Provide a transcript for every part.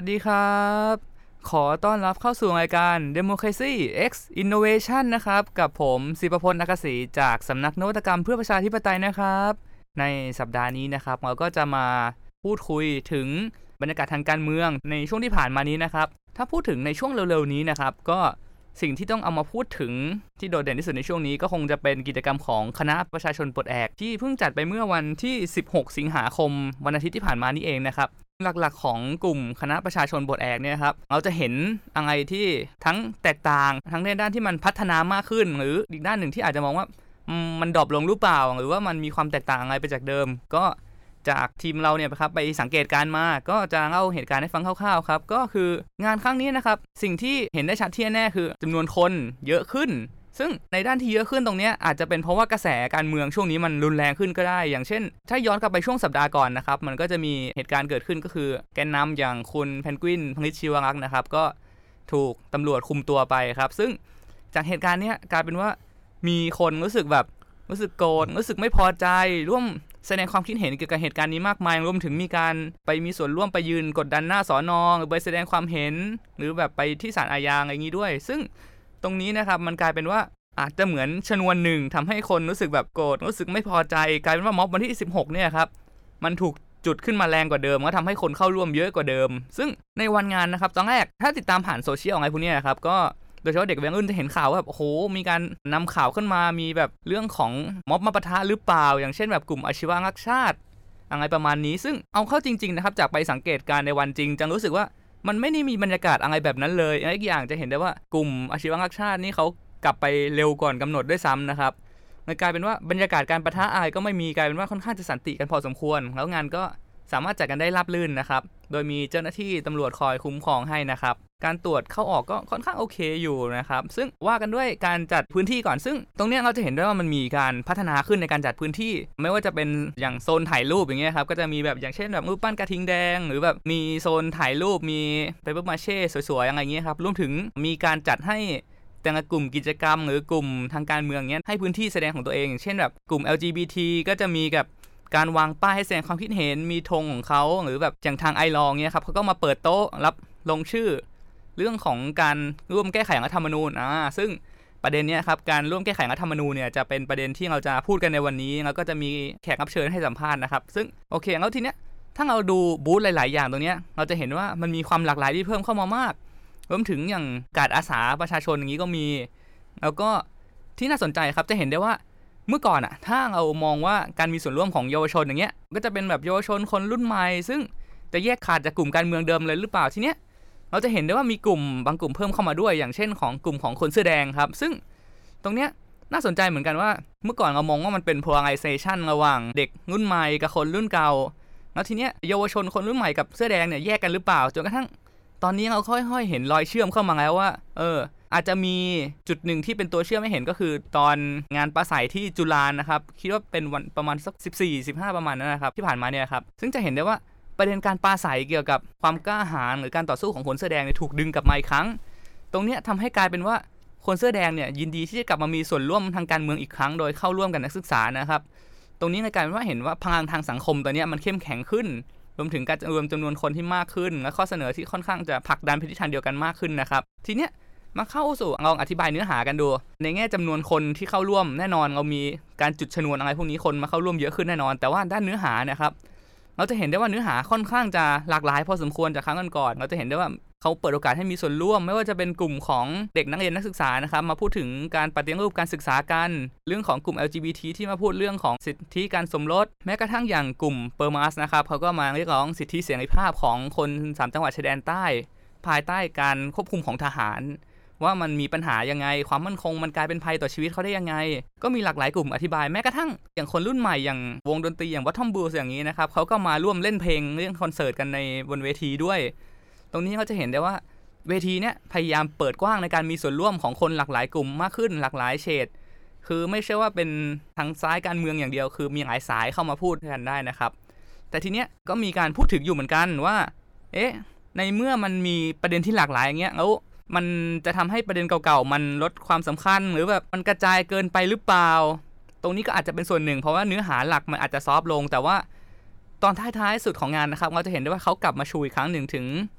วัสดีครับขอต้อนรับเข้าสู่รายการ Democracy X Innovation นะครับกับผมศิปพล อักษีจากสำนักนวัตกรรมเพื่อประชาธิปไตยนะครับในสัปดาห์นี้นะครับเราก็จะมาพูดคุยถึงบรรยากาศทางการเมืองในช่วงที่ผ่านมานี้นะครับถ้าพูดถึงในช่วงเร็วๆนี้นะครับก็สิ่งที่ต้องเอามาพูดถึงที่โดดเด่นที่สุดในช่วงนี้ก็คงจะเป็นกิจกรรมของคณะประชาชนปลดแอกที่เพิ่งจัดไปเมื่อวันที่16สิงหาคมวันอาทิตย์ที่ผ่านมานี่เองนะครับหลักๆของกลุ่มคณะประชาชนปลดแอกเนี่ยครับเราจะเห็นอะไรที่ทั้งแตกต่างทั้งในด้านที่มันพัฒนามากขึ้นหรืออีกด้านหนึ่งที่อาจจะมองว่ามันดรอปลงหรือเปล่าหรือว่ามันมีความแตกต่างอะไรไปจากเดิมก็จากทีมเราเนี่ยครับไปสังเกตการมาก็จะเล่าเหตุการณ์ให้ฟังคร่าวๆครับก็คืองานครั้งนี้นะครับสิ่งที่เห็นได้ชัดที่แน่คือจำนวนคนเยอะขึ้นซึ่งในด้านที่เยอะขึ้นตรงนี้อาจจะเป็นเพราะว่ากระแสการเมืองช่วงนี้มันรุนแรงขึ้นก็ได้อย่างเช่นถ้าย้อนกลับไปช่วงสัปดาห์ก่อนนะครับมันก็จะมีเหตุการณ์เกิดขึ้นก็คือแกนนำอย่างคุณเพนกวินพนิชชีวรักษ์นะครับก็ถูกตำรวจคุมตัวไปครับซึ่งจากเหตุการณ์นี้กลายเป็นว่ามีคนรู้สึกโกรธรู้สึกไม่พอใจร่วมแสดงความคิดเห็นเกี่ยวกับเหตุการณ์นี้มากมายรวมถึงมีการไปมีส่วนร่วมไปยืนกดดันหน้าสน.หรือไปแสดงความเห็นหรือแบบไปที่ศาลอาญาอะไรอย่างนี้ด้วยซึ่งตรงนี้นะครับมันกลายเป็นว่าอาจจะเหมือนชนวนหนึ่งทำให้คนรู้สึกแบบโกรธรู้สึกไม่พอใจกลายเป็นว่าม็อบวันที่16เนี่ยครับมันถูกจุดขึ้นมาแรงกว่าเดิมก็ทำให้คนเข้าร่วมเยอะกว่าเดิมซึ่งในวันงานนะครับตอนแรกถ้าติดตามผ่านโซเชียลอะไรพวกนี้ครับก็โดยเฉพาะเด็กวัยรุ่นจะเห็นข่าวว่าแบบโอ้โหมีการนำข่าวขึ้นมามีแบบเรื่องของม็อบมาปะทะหรือเปล่าอย่างเช่นแบบกลุ่มอาชีวะรักชาติอะไรประมาณนี้ซึ่งเอาเข้าจริงๆนะครับจากไปสังเกตการในวันจริงจังรู้สึกว่ามันไม่ได้มีบรรยากาศอะไรแบบนั้นเลยอีกอย่างจะเห็นได้ว่ากลุ่มอาชีวะรักชาตินี่เขากลับไปเร็วก่อนกำหนดด้วยซ้ำนะครับมันกลายเป็นว่าบรรยากาศการปะทะอะไรก็ไม่มีกลายเป็นว่าค่อนข้างจะสันติกันพอสมควรแล้วงานก็สามารถจัดกันได้ราบรื่นนะครับโดยมีเจ้าหน้าที่ตำรวจคอยคุ้มครองให้นะครับการตรวจเข้าออกก็ค่อนข้างโอเคอยู่นะครับซึ่งว่ากันด้วยการจัดพื้นที่ก่อนซึ่งตรงนี้เราจะเห็นได้ว่ามันมีการพัฒนาขึ้นในการจัดพื้นที่ไม่ว่าจะเป็นอย่างโซนถ่ายรูปอย่างเงี้ยครับก็จะมีแบบอย่างเช่นแบบรูปปั้นกระทิงแดงหรือแบบมีโซนถ่ายรูปมีเปเปอร์มาเช่สวยๆอะไรเงี้ยครับรวมถึงมีการจัดให้แต่ละกลุ่มกิจกรรมหรือกลุ่มทางการเมืองเงี้ยให้พื้นที่แสดงของตัวเองอย่างเช่นแบบกลุ่ม LGBT ก็จะมีกับการวางป้ายให้แสดงความคิดเห็นมีธงของเขาหรือแบบอย่างทางไอลองเงี้ยครับเขาก็มาเปิดโต๊ะรับลงชื่อเรื่องของการร่วมแก้ไขรัฐธรรมนูญซึ่งประเด็นนี้ครับการร่วมแก้ไขรัฐธรรมนูญเนี่ยจะเป็นประเด็นที่เราจะพูดกันในวันนี้แล้วก็จะมีแขกรับเชิญให้สัมภาษณ์นะครับซึ่งโอเคแล้วทีเนี้ยถ้าเราดูบูธหลายๆอย่างตรงเนี้ยเราจะเห็นว่ามันมีความหลากหลายที่เพิ่มเข้ามามากรวมถึงอย่างการอาสาประชาชนอย่างนี้ก็มีแล้วก็ที่น่าสนใจครับจะเห็นได้ว่าเมื่อก่อนถ้าเรามองว่าการมีส่วนร่วมของเยาวชนอย่างเงี้ยก็จะเป็นแบบเยาวชนคนรุ่นใหม่ซึ่งจะแยกขาดจากกลุ่มการเมืองเดิมเลยหรือเปล่าทีเนี้ยเราจะเห็นได้ว่ามีกลุ่มบางกลุ่มเพิ่มเข้ามาด้วยอย่างเช่นของกลุ่มของคนเสื้อแดงครับซึ่งตรงเนี้ยน่าสนใจเหมือนกันว่าเมื่อก่อนเรามองว่ามันเป็น polarization ระหว่างเด็กรุ่นใหม่กับคนรุ่นเก่าแล้วทีเนี้ยเยาวชนคนรุ่นใหม่กับเสื้อแดงเนี่ยแยกกันหรือเปล่าจนกระทั่งตอนนี้เราค่อยๆเห็นรอยเชื่อมเข้ามาแล้วว่าอาจจะมีจุดหนึ่งที่เป็นตัวเชื่อมให้เห็นก็คือตอนงานปราศัยที่จุฬานะครับคิดว่าเป็นวันประมาณสัก14-15ประมาณนั้นนะครับที่ผ่านมาเนี่ยครับซึ่งจะเห็นได้ว่าประเด็นการปราศัยเกี่ยวกับความกล้าหาญหรือการต่อสู้ของคนเสื้อแดงเนี่ยถูกดึงกลับมาอีกครั้งตรงนี้ทำให้กลายเป็นว่าคนเสื้อแดงเนี่ยยินดีที่จะกลับมามีส่วนร่วมทางการเมืองอีกครั้งโดยเข้าร่วมกับนักศึกษานะครับตรงนี้กลายเป็นว่าเห็นว่าพลังทางสังคมตัวนี้มันเข้มแข็งขึ้นรวมถึงการรวมจำนวนคนที่มากขึ้นและข้อเสนอที่ค่อนข้างจะผลักดันไปทิศทางเดียวกันมากขึ้นนะครับทีเนี้ยมาเข้าสู่ลองอธิบายเนื้อหากันดูในแง่จำนวนคนที่เข้าร่วมแน่นอนเรามีการจุดชนวนอะไรพวกนี้คนมาเข้าร่วมเยอะขึ้นแน่นอนแต่ว่าด้านเนื้อหานะครับเราจะเห็นได้ว่าเนื้อหาค่อนข้างจะหลากหลายพอสมควรจากครั้งก่อนเราจะเห็นได้ว่าเขาเปิดโอกาสให้มีส่วนร่วมไม่ว่าจะเป็นกลุ่มของเด็กนักเรียนนักศึกษานะครับมาพูดถึงการปฏิรูปการศึกษากันเรื่องของกลุ่ม LGBT ที่มาพูดเรื่องของสิทธิการสมรสแม้กระทั่งอย่างกลุ่มเปอร์มาสนะครับเขาก็มาเรียกร้องสิทธิเสรีภาพของคน3จังหวัดชายแดนใต้ภายใต้การควบคุมของทหารว่ามันมีปัญหายังไงความมั่นคงมันกลายเป็นภัยต่อชีวิตเขาได้ยังไงก็มีหลากหลายกลุ่มอธิบายแม้กระทั่งอย่างคนรุ่นใหม่อย่างวงดนตรีอย่างวัตทอมบูสอย่างนี้นะครับเขาก็มาร่วมเล่นเพลงเรื่องคอนเสิร์ตกันในบนเวทีด้วยตรงนี้เขาจะเห็นได้ว่าเวทีเนี้ยพยายามเปิดกว้างในการมีส่วนร่วมของคนหลากหลายกลุ่มมากขึ้นหลากหลายเฉดคือไม่ใช่ว่าเป็นทางซ้ายการเมืองอย่างเดียวคือมีหลายสายเข้ามาพูดกันได้นะครับแต่ทีเนี้ยก็มีการพูดถึงอยู่เหมือนกันว่าในเมื่อมันมีประเด็นที่หลากหลายอย่างเงี้ยแล้วมันจะทำให้ประเด็นเก่าๆมันลดความสำคัญหรือแบบมันกระจายเกินไปหรือเปล่าตรงนี้ก็อาจจะเป็นส่วนหนึ่งเพราะว่าเนื้อหาหลักมันอาจจะซอฟต์ลงแต่ว่าตอนท้ายๆสุดของงานนะครับเราจะเห็นได้ว่าเขากลับมาชูอีกครั้งหนึ่งถึงป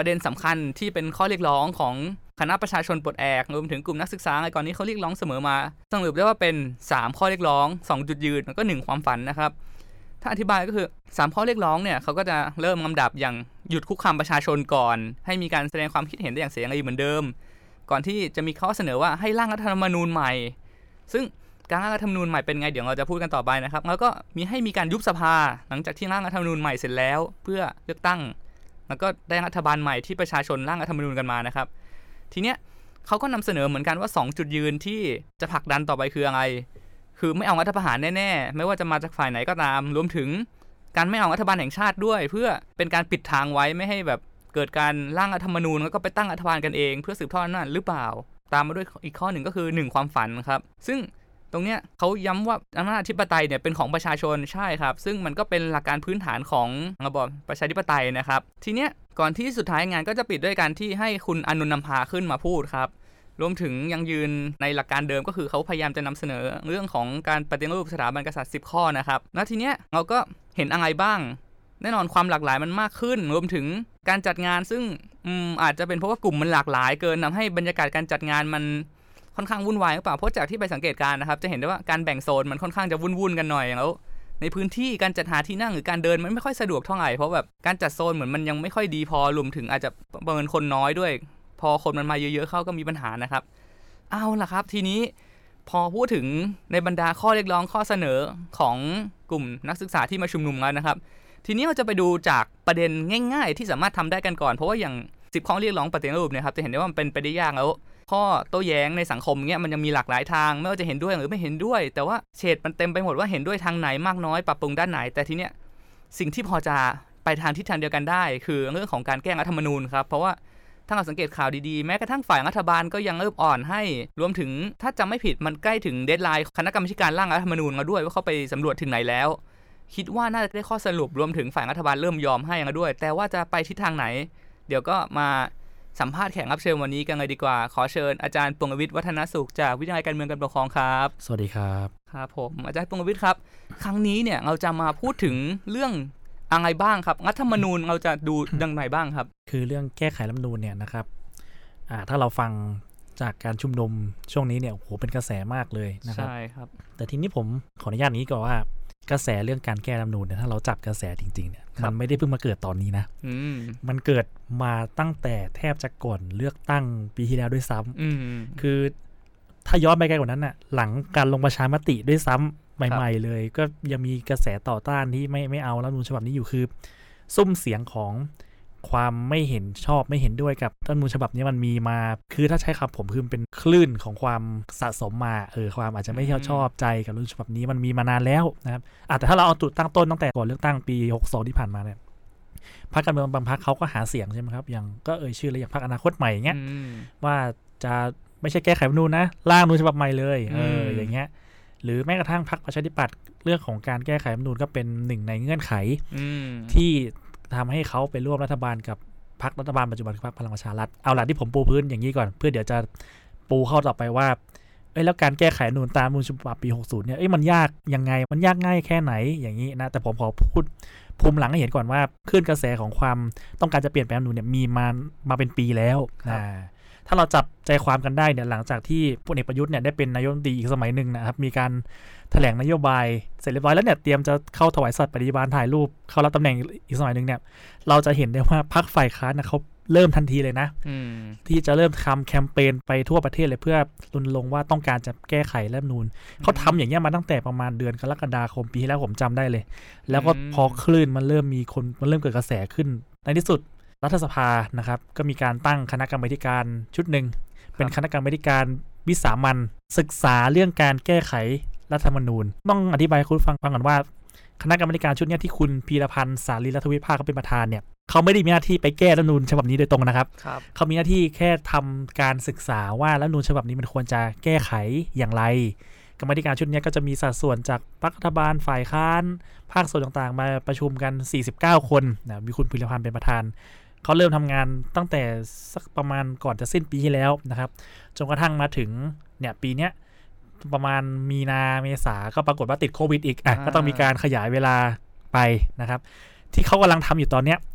ประเด็นสำคัญที่เป็นข้อเรียกร้องของคณะประชาชนปลดแอกรวมถึงกลุ่มนักศึกษาก่อนนี้เขาเรียกร้องเสมอมาสรุปได้ว่าเป็น3ข้อเรียกร้อง2จุดยืนแล้วก็1ความฝันนะครับถ้าอธิบายก็คือ3ข้อเรียกร้องเนี่ยเขาก็จะเริ่มลำดับอย่างหยุดคุกคามประชาชนก่อนให้มีการแสดงความคิดเห็นได้อย่างเสรีเหมือนเดิมก่อนที่จะมีข้อเสนอว่าให้ร่างรัฐธรรมนูญใหม่ซึ่งการร่างรัฐธรรมนูญใหม่เป็นไงเดี๋ยวเราจะพูดกันต่อไปนะครับแล้วก็มีการยุบสภาหลังจากที่ร่างรัฐธรรมนูญใหม่เสร็จแล้วเพื่อเลือกตั้งแล้วก็ได้รัฐบาลใหม่ที่ประชาชนร่างรัฐธรรมนูญกันมานะครับทีเนี้ยเขาก็นำเสนอเหมือนกันว่า2จุดยืนที่จะผลักดันต่อไปคืออะไรคือไม่เอารัฐประหารแน่ๆไม่ว่าจะมาจากฝ่ายไหนก็ตามรวมถึงการไม่เอารัฐบาลแห่งชาติด้วยเพื่อเป็นการปิดทางไว้ไม่ให้แบบเกิดการร่างรัฐธรรมนูญแล้วก็ไปตั้งรัฐบาลกันเองเพื่อสืบทอดอำนาจหรือเปล่าตามมาด้วยอีกข้อหนึ่งก็คือ1ความฝันครับซึ่งตรงเนี้ยเขาย้ำว่าอำนาจอธิปไตยเนี่ยเป็นของประชาชนใช่ครับซึ่งมันก็เป็นหลักการพื้นฐานของระบอบประชาธิปไตยนะครับทีเนี้ยก่อนที่สุดท้ายงานก็จะปิดด้วยการที่ให้คุณอานนท์นำพาขึ้นมาพูดครับรวมถึงยังยืนในหลักการเดิมก็คือเขาพยายามจะนำเสนอเรื่องของการปฏิรูปสถาบันกษัตริย์10ข้อนะครับแล้วทีเนี้ยเราก็เห็นอะไรบ้างแน่นอนความหลากหลายมันมากขึ้นรวมถึงการจัดงานซึ่งอาจจะเป็นเพราะว่ากลุ่มมันหลากหลายเกินทำให้บรรยากาศการจัดงานมันค่อนข้างวุ่นวายหรือเปล่าเพราะจากที่ไปสังเกตการนะครับจะเห็นได้ว่าการแบ่งโซนมันค่อนข้างจะวุ่นกันหน่อยแล้วในพื้นที่การจัดหาที่นั่งหรือการเดินมันไม่ค่อยสะดวกเท่าไหร่เพราะแบบการจัดโซนเหมือนมันยังไม่ค่อยดีพอรวมถึงอาจจะประเมินคนน้อยด้วยพอคนมันมาเยอะๆเข้าก็มีปัญหานะครับเอาล่ะครับทีนี้พอพูดถึงในบรรดาข้อเรียกร้องข้อเสนอของกลุ่มนักศึกษาที่มาชุมนุมกันนะครับทีนี้เราจะไปดูจากประเด็นง่ายๆที่สามารถทำได้กันก่อนเพราะว่าอย่าง10ข้อเรียกร้องปฏิรูปเนี่ยครับจะเห็นได้ว่ามันเป็นไปได้ยากแล้วข้อโต้แย้งในสังคมเงี้ยมันยังมีหลากหลายทางไม่ว่าจะเห็นด้วยหรือไม่เห็นด้วยแต่ว่าเฉดมันเต็มไปหมดว่าเห็นด้วยทางไหนมากน้อยปรับปรุงด้านไหนแต่ทีเนี้ยสิ่งที่พอจะไปทางทิศทางเดียวกันได้คือเรื่องของการแก้รัฐธรรมนูญครับเพราะว่าถ้าเราสังเกตข่าวดีๆแม้กระทั่งฝ่ายรัฐบาลก็ยังเริ่มอ่อนให้รวมถึงถ้าจำไม่ผิดมันใกล้ถึงเดดไลน์คณะกรรมการร่างรัฐธรรมนูญแล้วด้วยว่าเขาไปสำรวจถึงไหนแล้วคิดว่าน่าจะได้ข้อสรุปรวมถึงฝ่ายรัฐบาลเริ่มยอมให้แล้วด้วยแต่ว่าจะไปทิศทางไหนเดี๋ยวก็มาสัมภาษณ์แขกรับเชิญวันนี้กันเลยดีกว่าขอเชิญอาจารย์ปวงวิทย์วัฒนสุขจากวิทยาลัยการเมืองการปกครองครับสวัสดีครับครับผมอาจารย์ปวงวิทย์ครับครั้งนี้เนี่ยเราจะมาพูดถึงเรื่องอะไรบ้างครับรัฐธรรมนูญเราจะดูดังไหนบ้างครับคือเรื่องแก้ไขรัฐธรรมนูญเนี่ยนะครับถ้าเราฟังจากการชุมนุมช่วงนี้เนี่ยโอ้โหเป็นกระแสมากเลยนะครับใช่ครับแต่ทีนี้ผมขออนุญาตนี้ก่อนว่ากระแสเรื่องการแก้รัฐธรรมนูญเนี่ยถ้าเราจับกระแสจริงๆเนี่ยมันไม่ได้เพิ่งมาเกิดตอนนี้นะมันเกิดมาตั้งแต่แทบจะก่อนเลือกตั้งปีที่แล้วด้วยซ้ำคือถ้าย้อนไปไกลกว่านั้นน่ะหลังการลงประชามติด้วยซ้ำใหม่ๆเลยก็ยังมีกระแสต่อต้านที่ไม่เอารัฐธรรมนูญฉบับนี้อยู่คือซุ้มเสียงของความไม่เห็นชอบไม่เห็นด้วยกับรัฐธรรมนูญฉบับนี้มันมีมาคือถ้าใช้คำผมคือเป็นคลื่นของความสะสมมาความอาจจะไม่ชอบใจกับรัฐธรรมนูญฉบับนี้มันมีมานานแล้วนะครับแต่ถ้าเราเอาจุดตั้งต้นตั้งแต่ก่อนเลือกตั้งปี62ที่ผ่านมาเนี่ยพรรคการเมืองบางพรรคเขาก็หาเสียงใช่ไหมครับอย่างก็ชื่อเลยอย่างพรรคอนาคตใหม่เงี้ยว่าจะไม่ใช่แก้ไขรัฐธรรมนูญนะร่างรัฐธรรมนูญฉบับใหม่เลยอย่างเงี้ยหรือแม้กระทั่งพรรคประชาธิปัตย์เรื่องของการแก้ไขรัฐธรรมนูญก็เป็นหนึ่งในเงื่อนไขที่ทำให้เขาไปร่วมรัฐบาลกับพรรครัฐบาลปัจจุบันคือพรรคพลังประชารัฐเอาล่ะที่ผมปูพื้นอย่างนี้ก่อนเพื่อเดี๋ยวจะปูเข้าต่อไปว่าแล้วการแก้ไขรัฐธรรมนูญตามรัฐธรรมนูญฉบับปี60เนี่ยมันยากยังไงมันยากง่ายแค่ไหนอย่างนี้นะแต่ผมขอพูดภูมิหลังให้เห็นก่อนว่าคลื่นกระแสของความต้องการจะเปลี่ยนแปลงรัฐธรรมนูญเนี่ยมีมาเป็นปีแล้วถ้าเราจับใจความกันได้เนี่ยหลังจากที่พลเอกประยุทธ์เนี่ยได้เป็นนายกรัฐมนตรีอีกสมัยหนึ่งนะครับมีการแถลงนโยบายเสร็จเรียบร้อยแล้วเนี่ยเตรียมจะเข้าถวายสัตย์ปฏิญาณถ่ายรูปเข้ารับตำแหน่งอีกสมัยหนึ่งเนี่ยเราจะเห็นได้ว่าพรรคฝ่ายค้านนะเขาเริ่มทันทีเลยนะที่จะเริ่มทำแคมเปญไปทั่วประเทศเลยเพื่อรณรงค์ว่าต้องการจะแก้ไขรัฐธรรมนูญเขาทำอย่างเงี้ยมาตั้งแต่ประมาณเดือนกรกฎาคมปีที่แล้วผมจำได้เลยแล้วก็พอคลื่นมันเริ่มมีคนมันเริ่มเกิดกระแสขึ้นในที่สุดรัฐสภานะครับก็มีการตั้งคณะกรรมาการชุดหนึ่งเป็นคณะกรรมาการวิสามัญศึกษาเรื่องการแก้ไขรัฐธรรมนูญต้องอธิบายให้คุณฟังก่อนว่าคณะกรรมาการชุดนี้ที่คุณพีรพันธ์สารีรัฐวิภาคเขาเป็นประธานเนี่ยเขาไม่ได้มีหน้าที่ไปแก้รัฐธรรมนูญฉบับนี้โดยตรงนะครับเขามีหน้าที่แค่ทำการศึกษาว่ารัฐธรรมนูญฉบับนี้มันควรจะแก้ไขอย่างไรกรรมาการชุดนี้ก็จะมีสัดส่วนจากพรรครัฐบาลฝ่ายค้านภาคส่วนต่างๆมาประชุมกัน49คนนะมีคุณพีรพันธ์เป็นประธานเขาเริ่มทำงานตั้งแต่สักประมาณก่อนจะสิ้นปีที่แล้วนะครับจนกระทั่งมาถึงเนี่ยปีนี้ประมาณมีนาเมษาก็ปรากฏว่าติดโควิดอีกก็ต้องมีการขยายเวลาไปนะครับที่เขากำลังทำอยู่ตอนนี้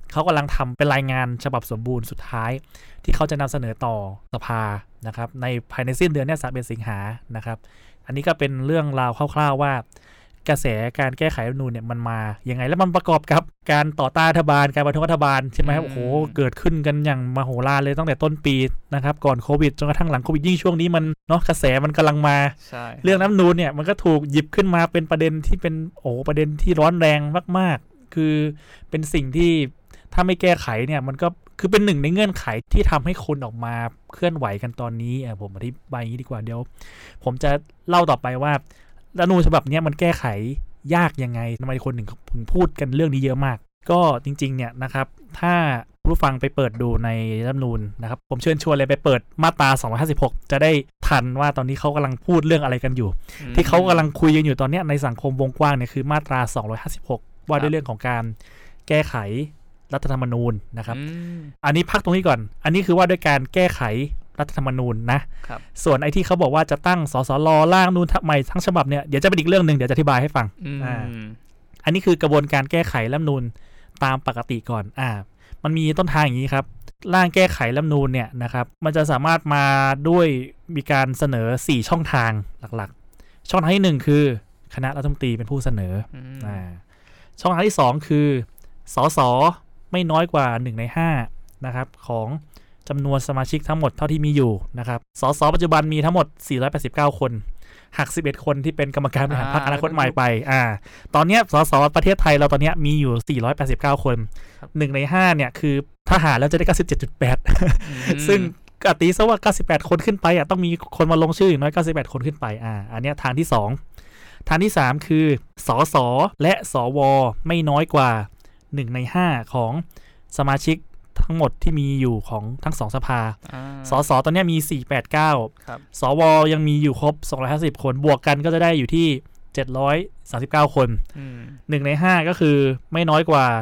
เขากำลังทำเป็นรายงานฉบับสมบูรณ์สุดท้ายที่เขาจะนำเสนอต่อสภานะครับในภายในสิ้นเดือนนี้31 สิงหานะครับอันนี้ก็เป็นเรื่องราวคร่าวๆว่ากระแสการแก้ไขรัฐธรรมนูญเนี่ยมันมายังไงแล้วมันประกอบกับการต่อต้านรัฐบาลการประท้วงรัฐบาลใช่ไหมครับโอ้โหเกิดขึ้นกันอย่างมโหฬารเลยตั้งแต่ต้นปีนะครับก่อนโควิดจนกระทั่งหลังโควิดยิ่งช่วงนี้มันเนาะกระแสมันกำลังมาเรื่องรัฐธรรมนูญเนี่ยมันก็ถูกหยิบขึ้นมาเป็นประเด็นที่เป็นประเด็นที่ร้อนแรงมากๆคือเป็นสิ่งที่ถ้าไม่แก้ไขเนี่ยมันก็คือเป็นหนึ่งในเงื่อนไขที่ทำให้คนออกมาเคลื่อนไหวกันตอนนี้ผมอธิบายอย่างนี้ดีกว่าเดี๋ยวผมจะเล่าต่อไปว่ารัฐธรรมนูญฉบับนี้มันแก้ไขยากยังไงทำไมคนถึงพูดกันเรื่องนี้เยอะมากก็จริงๆเนี่ยนะครับถ้าผู้ฟังไปเปิดดูในรัฐธรรมนูญนะครับผมเชิญชวนเลยไปเปิดมาตรา256จะได้ทันว่าตอนนี้เขากำลังพูดเรื่องอะไรกันอยู่ที่เขากำลังคุยกันอยู่ตอนนี้ในสังคมวงกว้างเนี่ยคือมาตรา256ว่าด้วยเรื่องของการแก้ไขรัฐธรรมนูญนะครับอันนี้พักตรงนี้ก่อนอันนี้คือว่าด้วยการแก้ไขรัฐธรรมนูญนะส่วนไอ้ที่เขาบอกว่าจะตั้งสสรร่างนูญใหม่ทั้งฉบับเนี่ยเดี๋ยวจะเป็นอีกเรื่องนึงเดี๋ยวจะอธิบายให้ฟังอันนี้คือกระบวนการแก้ไขรัฐธรรมนูญตามปกติก่อนมันมีต้นทางอย่างนี้ครับร่างแก้ไขรัฐธรรมนูญเนี่ยนะครับมันจะสามารถมาด้วยมีการเสนอ4ช่องทางหลักๆช่องทางที่1คือคณะรัฐมนตรีเป็นผู้เสนอช่องทางที่2คือสสไม่น้อยกว่า1 ใน 5นะครับของจำนวนสมาชิกทั้งหมดเท่าที่มีอยู่นะครับสสปัจจุบันมีทั้งหมด489คนหัก11คนที่เป็นกรรมการบริหารพรรคอนาคตใหม่ไปตอนนี้สสประเทศไทยเราตอนนี้มีอยู่489คน1 ใน 5เนี่ยคือทหารแล้วจะได้ 97.8 ซึ่งกติซะว่า98คนขึ้นไปต้องมีคนมาลงชื่ออย่างน้อย98คนขึ้นไปอันนี้ทางที่2ทางที่3คือสสและสวไม่น้อยกว่า1 ใน 5ของสมาชิกทั้งหมดที่มีอยู่ของทั้ง2สภาสสตอนนี้มี489สวยังมีอยู่ครบ250คนบวกกันก็จะได้อยู่ที่739คน1 ใน 5ก็คือไม่น้อยกว่า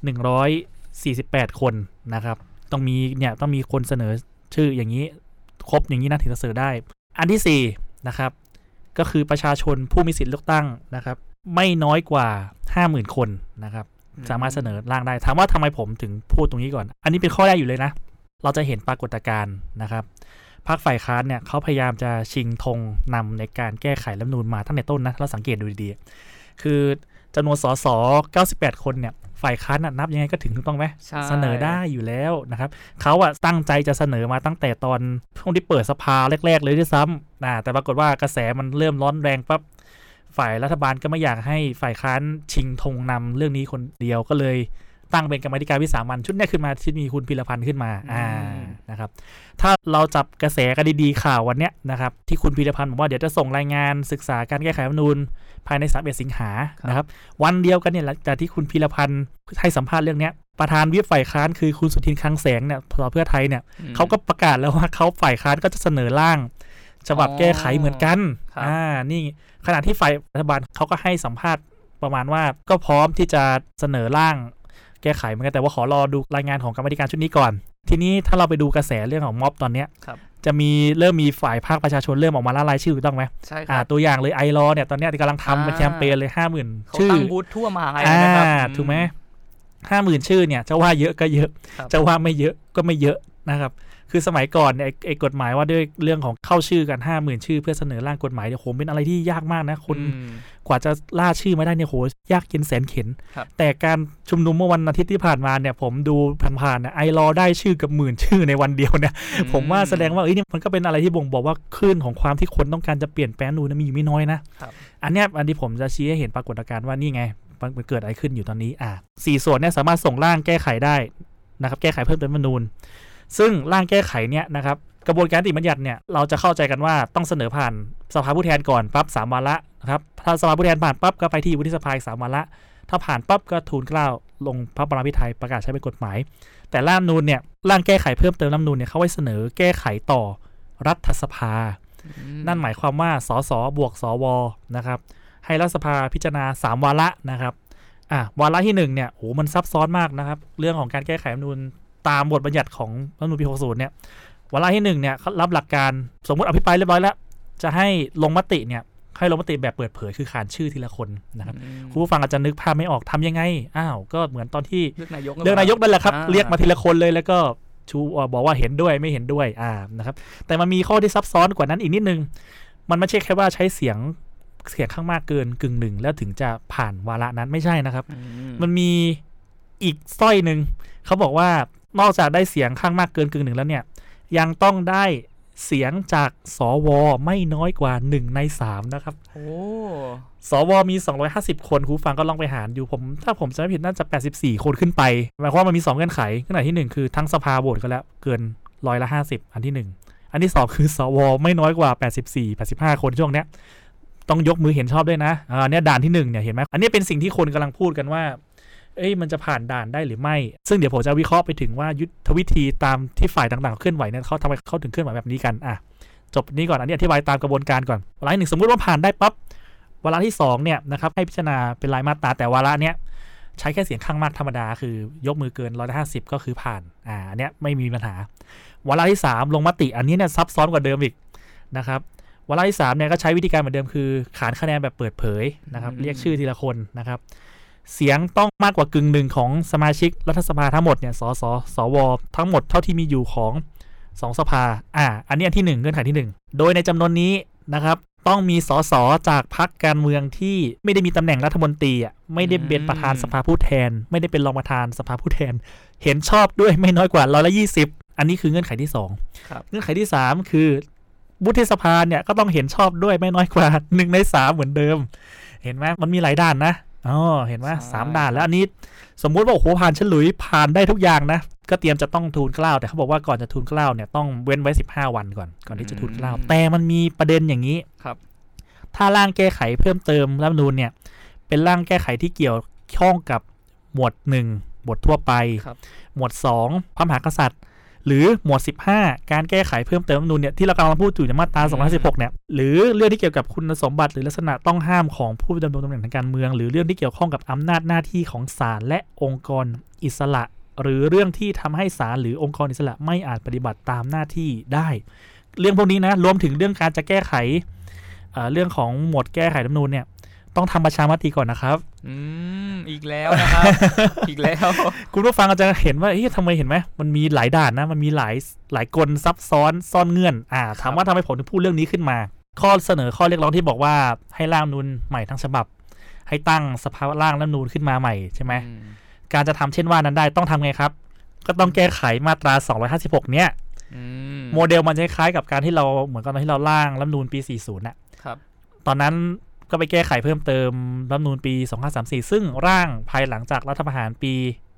148คนนะครับต้องมีคนเสนอชื่ออย่างนี้ครบอย่างนี้นะถึงจะเสนอได้อันที่4นะครับก็คือประชาชนผู้มีสิทธิ์เลือกตั้งนะครับไม่น้อยกว่า 50,000 คนนะครับสามารถเสนอร่างได้ถามว่าทำไมผมถึงพูดตรงนี้ก่อนอันนี้เป็นข้อแรกอยู่เลยนะเราจะเห็นปรากฏการณ์นะครับพรรคฝ่ายค้านเนี่ยเขาพยายามจะชิงธงนำในการแก้ไขรัฐธรรมนูญมาตั้งแต่ต้นนะเราสังเกตดูดีๆคือจำนวนสส98คนเนี่ยฝ่ายค้านนับยังไงก็ถึงถูกต้องไหมเสนอได้อยู่แล้วนะครับเขาตั้งใจจะเสนอมาตั้งแต่ตอนช่วงที่เปิดสภาแรกๆเลยด้วยซ้ำแต่ปรากฏว่ากระแสมันเริ่มร้อนแรงปั๊บฝ่ายรัฐบาลก็ไม่อยากให้ฝ่ายค้านชิงธงนำเรื่องนี้คนเดียวก็เลยตั้งเป็นกรรมาธิการวิสามัญชุดนี้ขึ้นมาที่มีคุณพิรพันธ์ขึ้นมานะครับถ้าเราจับกระแสกันดีๆข่าววันนี้นะครับที่คุณพิรพันธ์บอกว่าเดี๋ยวจะส่งรายงานศึกษาการแก้ไขรัฐธรรมนูญภายใน31 สิงหานะครับวันเดียวกันเนี่ยหลังจากที่คุณพิรพันธ์ให้สัมภาษณ์เรื่องนี้ประธานวิปฝ่ายค้านคือคุณสุทินคลังแสงเนี่ยเพื่อไทยเนี่ยเขาก็ประกาศแล้วว่าเขาฝ่ายค้านก็จะเสนอร่างฉบับแก้ไขเหมือนกันนี่ขณะที่ฝ่ายรัฐบาลเขาก็ให้สัมภาษณ์ประมาณว่าก็พร้อมที่จะเสนอร่างแก้ไขเหมือนกันแต่ว่าขอรอดูรายงานของกรรมาธิการชุดนี้ก่อนทีนี้ถ้าเราไปดูกระแสเรื่องของม็อบตอนนี้จะเริ่มมีฝ่ายภาคประชาชนเริ่มออกมาล่ารายชื่อถูกต้องไหมใช่ครับตัวอย่างเลยไอรอเนี่ยตอนนี้กำลังทำเป็นแคมเปญเลย 50,000 ชื่อตั้งบูธทั่วมหาลัยนะครับถูกไหม 50,000 ชื่อเนี่ยจะว่าเยอะก็เยอะจะว่าไม่เยอะก็ไม่เยอะนะครับคือสมัยก่อนไอ้กฎหมายว่าด้วยเรื่องของเข้าชื่อกัน 50,000 ชื่อเพื่อเสนอร่างกฎหมายเนี่ยโหเป็นอะไรที่ยากมากนะคนกว่าจะล่าชื่อมาได้เนี่ยโหยากเย็นแสนเข็ญแต่การชุมนุมเมื่อวันอาทิตย์ที่ผ่านมาเนี่ยผมดูผ่านๆเนี่ยไอรอได้ชื่อกับ10,000 ชื่อในวันเดียวเนี่ยผมว่าแสดงว่านี่มันก็เป็นอะไรที่บ่งบอกว่าคลื่นของความที่คนต้องการจะเปลี่ยนแปลงนูนมีอยู่ไม่น้อยนะอันที่ผมจะชี้ให้เห็นปรากฏการณ์ว่านี่ไงมันเกิดอะไรขึ้นอยู่ตอนนี้4 ส่วนเนี่ยสามารถส่งร่างแก้ไขได้นะครับแก้ไขเพิ่มเติมรัฐธรรมนูญซึ่งร่างแก้ไขเนี่ยนะครับกระบวนการนิติบัญญัติเนี่ยเราจะเข้าใจกันว่าต้องเสนอผ่านสภาผู้แทนก่อนปั๊บ3 วาระนะครับถ้าสภาผู้แทนผ่านปั๊บก็ไปที่วุฒิสภา3 วาระถ้าผ่านปั๊บก็ทูลเกล้าลงพระบรมพิไธยประกาศใช้เป็นกฎหมายแต่ร่างนูนเนี่ยร่างแก้ไขเพิ่มเติมรัฐธรรมนูญเนี่ยเขาไว้เสนอแก้ไขต่อรัฐสภานั่นหมายความว่าสสบวกสวนะครับให้รัฐสภาพิจารณา3 วาระนะครับวาระที่1เนี่ยโหมันซับซ้อนมากนะครับเรื่องของการแก้ไขรัฐธรรมนูญตามบทบัญญัติของรัฐธรรมนูญปี 60 เนี่ยวาระที่1เนี่ยรับหลักการสมมติอภิปรายเรียบร้อยแล้วจะให้ลงมติเนี่ยให้ลงมติแบบเปิดเผยคือขานชื่อทีละคนนะครับคุณผู้ฟังอาจจะนึกภาพไม่ออกทำยังไงก็เหมือนตอนที่เลือกนายกนั่นแหละครับเรียกมาทีละคนเลยแล้วก็ชูบอกว่าเห็นด้วยไม่เห็นด้วยนะครับแต่มันมีข้อที่ซับซ้อนกว่านั้นอีกนิดนึงมันไม่ใช่แค่ว่าใช้เสียงข้างมากเกินกึ่งหนึ่งแล้วถึงจะผ่านวาระนั้นไม่ใช่นะครับมันมีอีกสร้อยนึงเขาบอกว่านอกจากได้เสียงข้างมากเกินกึ่งหนึ่งแล้วเนี่ยยังต้องได้เสียงจากสวไม่น้อยกว่า1 ใน 3นะครับสวมี250คนคุณฟังก็ลองไปหารอยู่ถ้าผมจำไม่ผิดน่าจะ84คนขึ้นไปหมายความว่ามันมี2เงื่อนไขเงื่อนไขที่1คือทั้งสภาโหวตกันแล้วเกิน150อันที่1อันที่2คือสวไม่น้อยกว่า85คนช่วงเนี้ยต้องยกมือเห็นชอบด้วยนะเนี่ยด่านที่1เนี่ยเห็นไหมอันนี้เป็นสิ่งที่คนกำลังพูดกันว่ามันจะผ่านด่านได้หรือไม่ซึ่งเดี๋ยวผมจะวิเคราะห์ไปถึงว่ายุทธวิธีตามที่ฝ่ายต่างๆเคลื่อนไหวเนี่ยเขาทำไมเขาถึงเคลื่อนไหวแบบนี้กันจบนี้ก่อนอันนี้อธิบายตามกระบวนการก่อนวาระที่1สมมุติว่าผ่านได้ปั๊บวาระที่2เนี่ยนะครับให้พิจารณาเป็นรายมาตราแต่วาระเนี้ยใช้แค่เสียงข้างมากธรรมดาคือยกมือเกิน150ก็คือผ่านอันเนี้ยไม่มีปัญหาวาระที่3ลงมติอันนี้เนี่ยซับซ้อนกว่าเดิมอีกนะครับวาระที่3เนี่ยก็ใช้วิธีการเหมือนเดิมคือขานคะแนนแบบเปิดเผยนะครับเรียกชื่อทีละคนนะครับเสียงต้องมากกว่ากึ่งหนึ่งของสมาชิกรัฐสภาทั้งหมดเนี่ยสวทั้งหมดเท่าที่มีอยู่ของ2สภาอันนี้อันที่1เงื่อนไขที่1โดยในจำนวนนี้นะครับต้องมีสสจากพรรคการเมืองที่ไม่ได้มีตำแหน่งรัฐมนตรีไม่ได้เป็นประธานสภาผู้แทนไม่ได้เป็นรองประธานสภาผู้แทนเห็นชอบด้วยไม่น้อยกว่า120อันนี้คือเงื่อนไขที่2เงื่อนไขที่3คือวุฒิสภาเนี่ยก็ต้องเห็นชอบด้วยไม่น้อยกว่า1 ใน 3เหมือนเดิมเห็นไหมมันมีหลายด่านนะเห็นไหม3ด่านแล้วอันนี้สมมุติว่าโอ้โหผ่านฉลุยผ่านได้ทุกอย่างนะก็เตรียมจะต้องทูลเกล้าแต่เขาบอกว่าก่อนจะทูลเกล้าเนี่ยต้องเว้นไว้15 วันก่อนที่จะทูลเกล้าแต่มันมีประเด็นอย่างนี้ครับถ้าร่างแก้ไขเพิ่มเติมรัฐธรรมนูญเนี่ยเป็นร่างแก้ไขที่เกี่ยวข้องกับหมวด1บททั่วไปหมวด2พระมหากษัตริย์หรือหมวด15การแก้ไขเพิ่มเติมรัฐธรรมนูญเนี่ยที่เรากำลังพูดอยู่ในมาตรา216เนี่ยหรือเรื่องที่เกี่ยวกับคุณสมบัติหรือลักษณะต้องห้ามของผู้ดำรงตำแหน่งทางการเมืองหรือเรื่องที่เกี่ยวข้องกับอำนาจหน้าที่ของศาลและองค์กรอิสระหรือเรื่องที่ทำให้ศาลหรือองค์กรอิสระไม่อาจปฏิบัติตามหน้าที่ได้เรื่องพวกนี้นะรวมถึงเรื่องการจะแก้ไขเรื่องของหมวดแก้ไขรัฐธรรมนูญเนี่ยต้องทำประชามติก่อนนะครับอีกแล้วนะครับ อีกแล้วคุณผู้ฟังอาจจะเห็นว่าทำไมเห็นไหมมันมีหลายด่านนะมันมีหลายกลซับซ้อนซ่อนเงื่อนถามว่าทำไมผมถึงพูดเรื่องนี้ขึ้นมาข้อเสนอข้อเรียกร้องที่บอกว่าให้ร่างรัฐธรรมนูญใหม่ทั้งฉบับให้ตั้งสภาร่างรัฐธรรมนูญขึ้นมาใหม่ใช่ไหมการจะทำเช่นว่านั้นได้ต้องทำไงครับก็ต้องแก้ไขมาตรา256เนี่ยโมเดลมันจะคล้ายกับการที่เราเหมือนกับตอนที่เราร่างรัฐธรรมนูญปี40 ครับตอนนั้นก็ไปแก้ไขเพิ่มเติมรัฐธรรมนูญปี2534ซึ่งร่างภายหลังจากรัฐประหารปี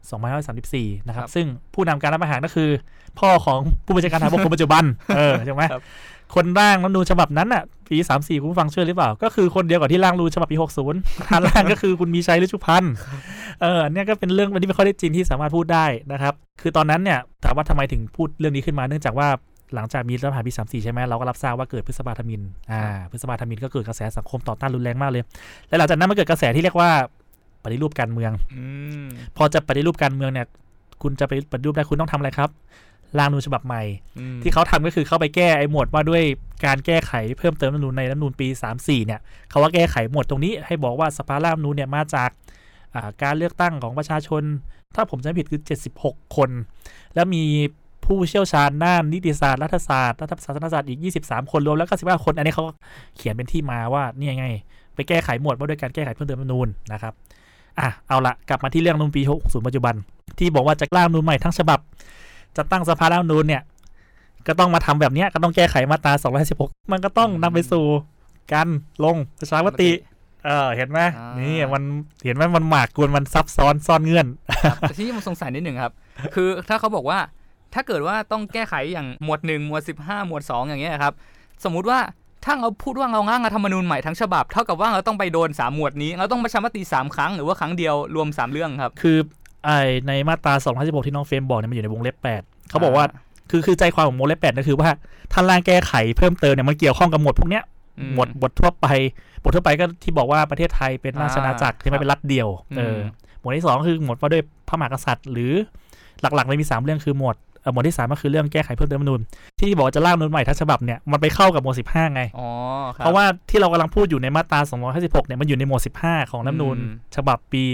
2534นะครับซึ่งผู้นำการรัฐประหารก็คือพ่อของผู้บัญชาการทหารบกคนปัจจุบันใช่ไหมคนร่างรัฐธรรมนูญฉบับนั้นปี34คุณผู้ฟังเชื่อหรือเปล่าก็คือคนเดียวกับที่ร่างรัฐธรรมนูญฉบับปี60ท่านร่างก็คือคุณมีชัยฤชุพันธ์เนี่ยก็เป็นเรื่องที่เป็นข้อเท็จจริงที่สามารถพูดได้นะครับคือตอนนั้นเนี่ยถามว่าทำไมถึงพูดเรื่องนี้ขึ้นมาเนื่องจากว่าหลังจากมีรัฐประหารปี34ใช่ไหมเราก็รับทราบว่าเกิดพฤษภาธมิฬพฤษภาธมิฬก็เกิดกระแสสังคมต่อต้านรุนแรงมากเลยและหลังจากนั้นมันเกิดกระแสที่เรียกว่าปฏิรูปการเมืองพอจะปฏิรูปการเมืองเนี่ยคุณจะไปปฏิรูปได้คุณต้องทำอะไรครับร่างรัฐธรรมนูญฉบับใหม่ที่เขาทำก็คือเข้าไปแก้ไอ้หมวดว่าด้วยการแก้ไขเพิ่มเติมรัฐธรรมนูญในรัฐธรรมนูญปี34เนี่ยเขาว่าแก้ไขหมวดตรงนี้ให้บอกว่าสภาร่างรัฐธรรมนูญเนี่ยมาจากการเลือกตั้งของประชาชนถ้าผมจำไม่ผิดคือ76คนแล้วมีผู้เชี่ยวชาญด้านนิติศาสตร์รัฐศาสตร์รัฐศาสตร์อีก23คนรวมแล้วก็15คนอันนี้เขาเขียนเป็นที่มาว่านี่ไงไปแก้ไขหมวดว่าด้วยการแก้ไขเพิ่มเติมรัฐธรรมนูญนะครับเอาละกลับมาที่เรื่องรัฐธรรมนูญปี60ปัจจุบันที่บอกว่าจะร่างรัฐธรรมนูญใหม่ทั้งฉบับจะตั้งสภารัฐธรรมนูญเนี่ยก็ต้องมาทำแบบนี้ก็ต้องแก้ไขมาตรา216มันก็ต้องนำไปสู่การลงประชามติเห็นไหมนี่มันเห็นไหมมันหมากกวนมันซับซ้อนซ่อนเงื่อนแต่ที่ผมสงสัยนิดหนึ่งครับคือถ้าเขาบอกว่าถ้าเกิดว่าต้องแก้ไขอย่างหมวด1หมวด15หมวด2อย่างเงี้ยครับสมมุติว่าถ้าเราพูดว่าเราร่างรัฐธรรมนูญใหม่ทั้งฉบับเท่ากับว่าเราต้องไปโดน3หมวดนี้เราต้องประชามติ3ครั้งหรือว่าครั้งเดียวรวม3เรื่องครับคือในมาตรา256ที่น้องเฟรมบอกเนี่ยมันอยู่ในวงเล็บ8เขาบอกว่าคือใจความของวงเล็บ8ก็คือว่าถ้าร่างแก้ไขเพิ่มเติมเนี่ยมันเกี่ยวข้องกับหมวดพวกเนี้ยหมวดบททั่วไปก็ที่บอกว่าประเทศไทยเป็นราชอาณาจักรที่ไม่เป็นรัฐเดียวหมวดที่2คือหมวดว่าด้วยพระมหากษัตริย์หรือหลักๆเลยมี3เรื่องคือหมวดหมวดที่3ก็คือเรื่องแก้ไขเพิ่มเติมรัฐธรรมนูญที่บอกจะร่างรัฐธรรมนูญใหม่ทั้งฉบับเนี่ยมันไปเข้ากับหมวด15ไงเพราะว่าที่เรากำลังพูดอยู่ในมาตรา256เนี่ยมันอยู่ในหมวด15ของรัฐธรรมนูญฉบับปี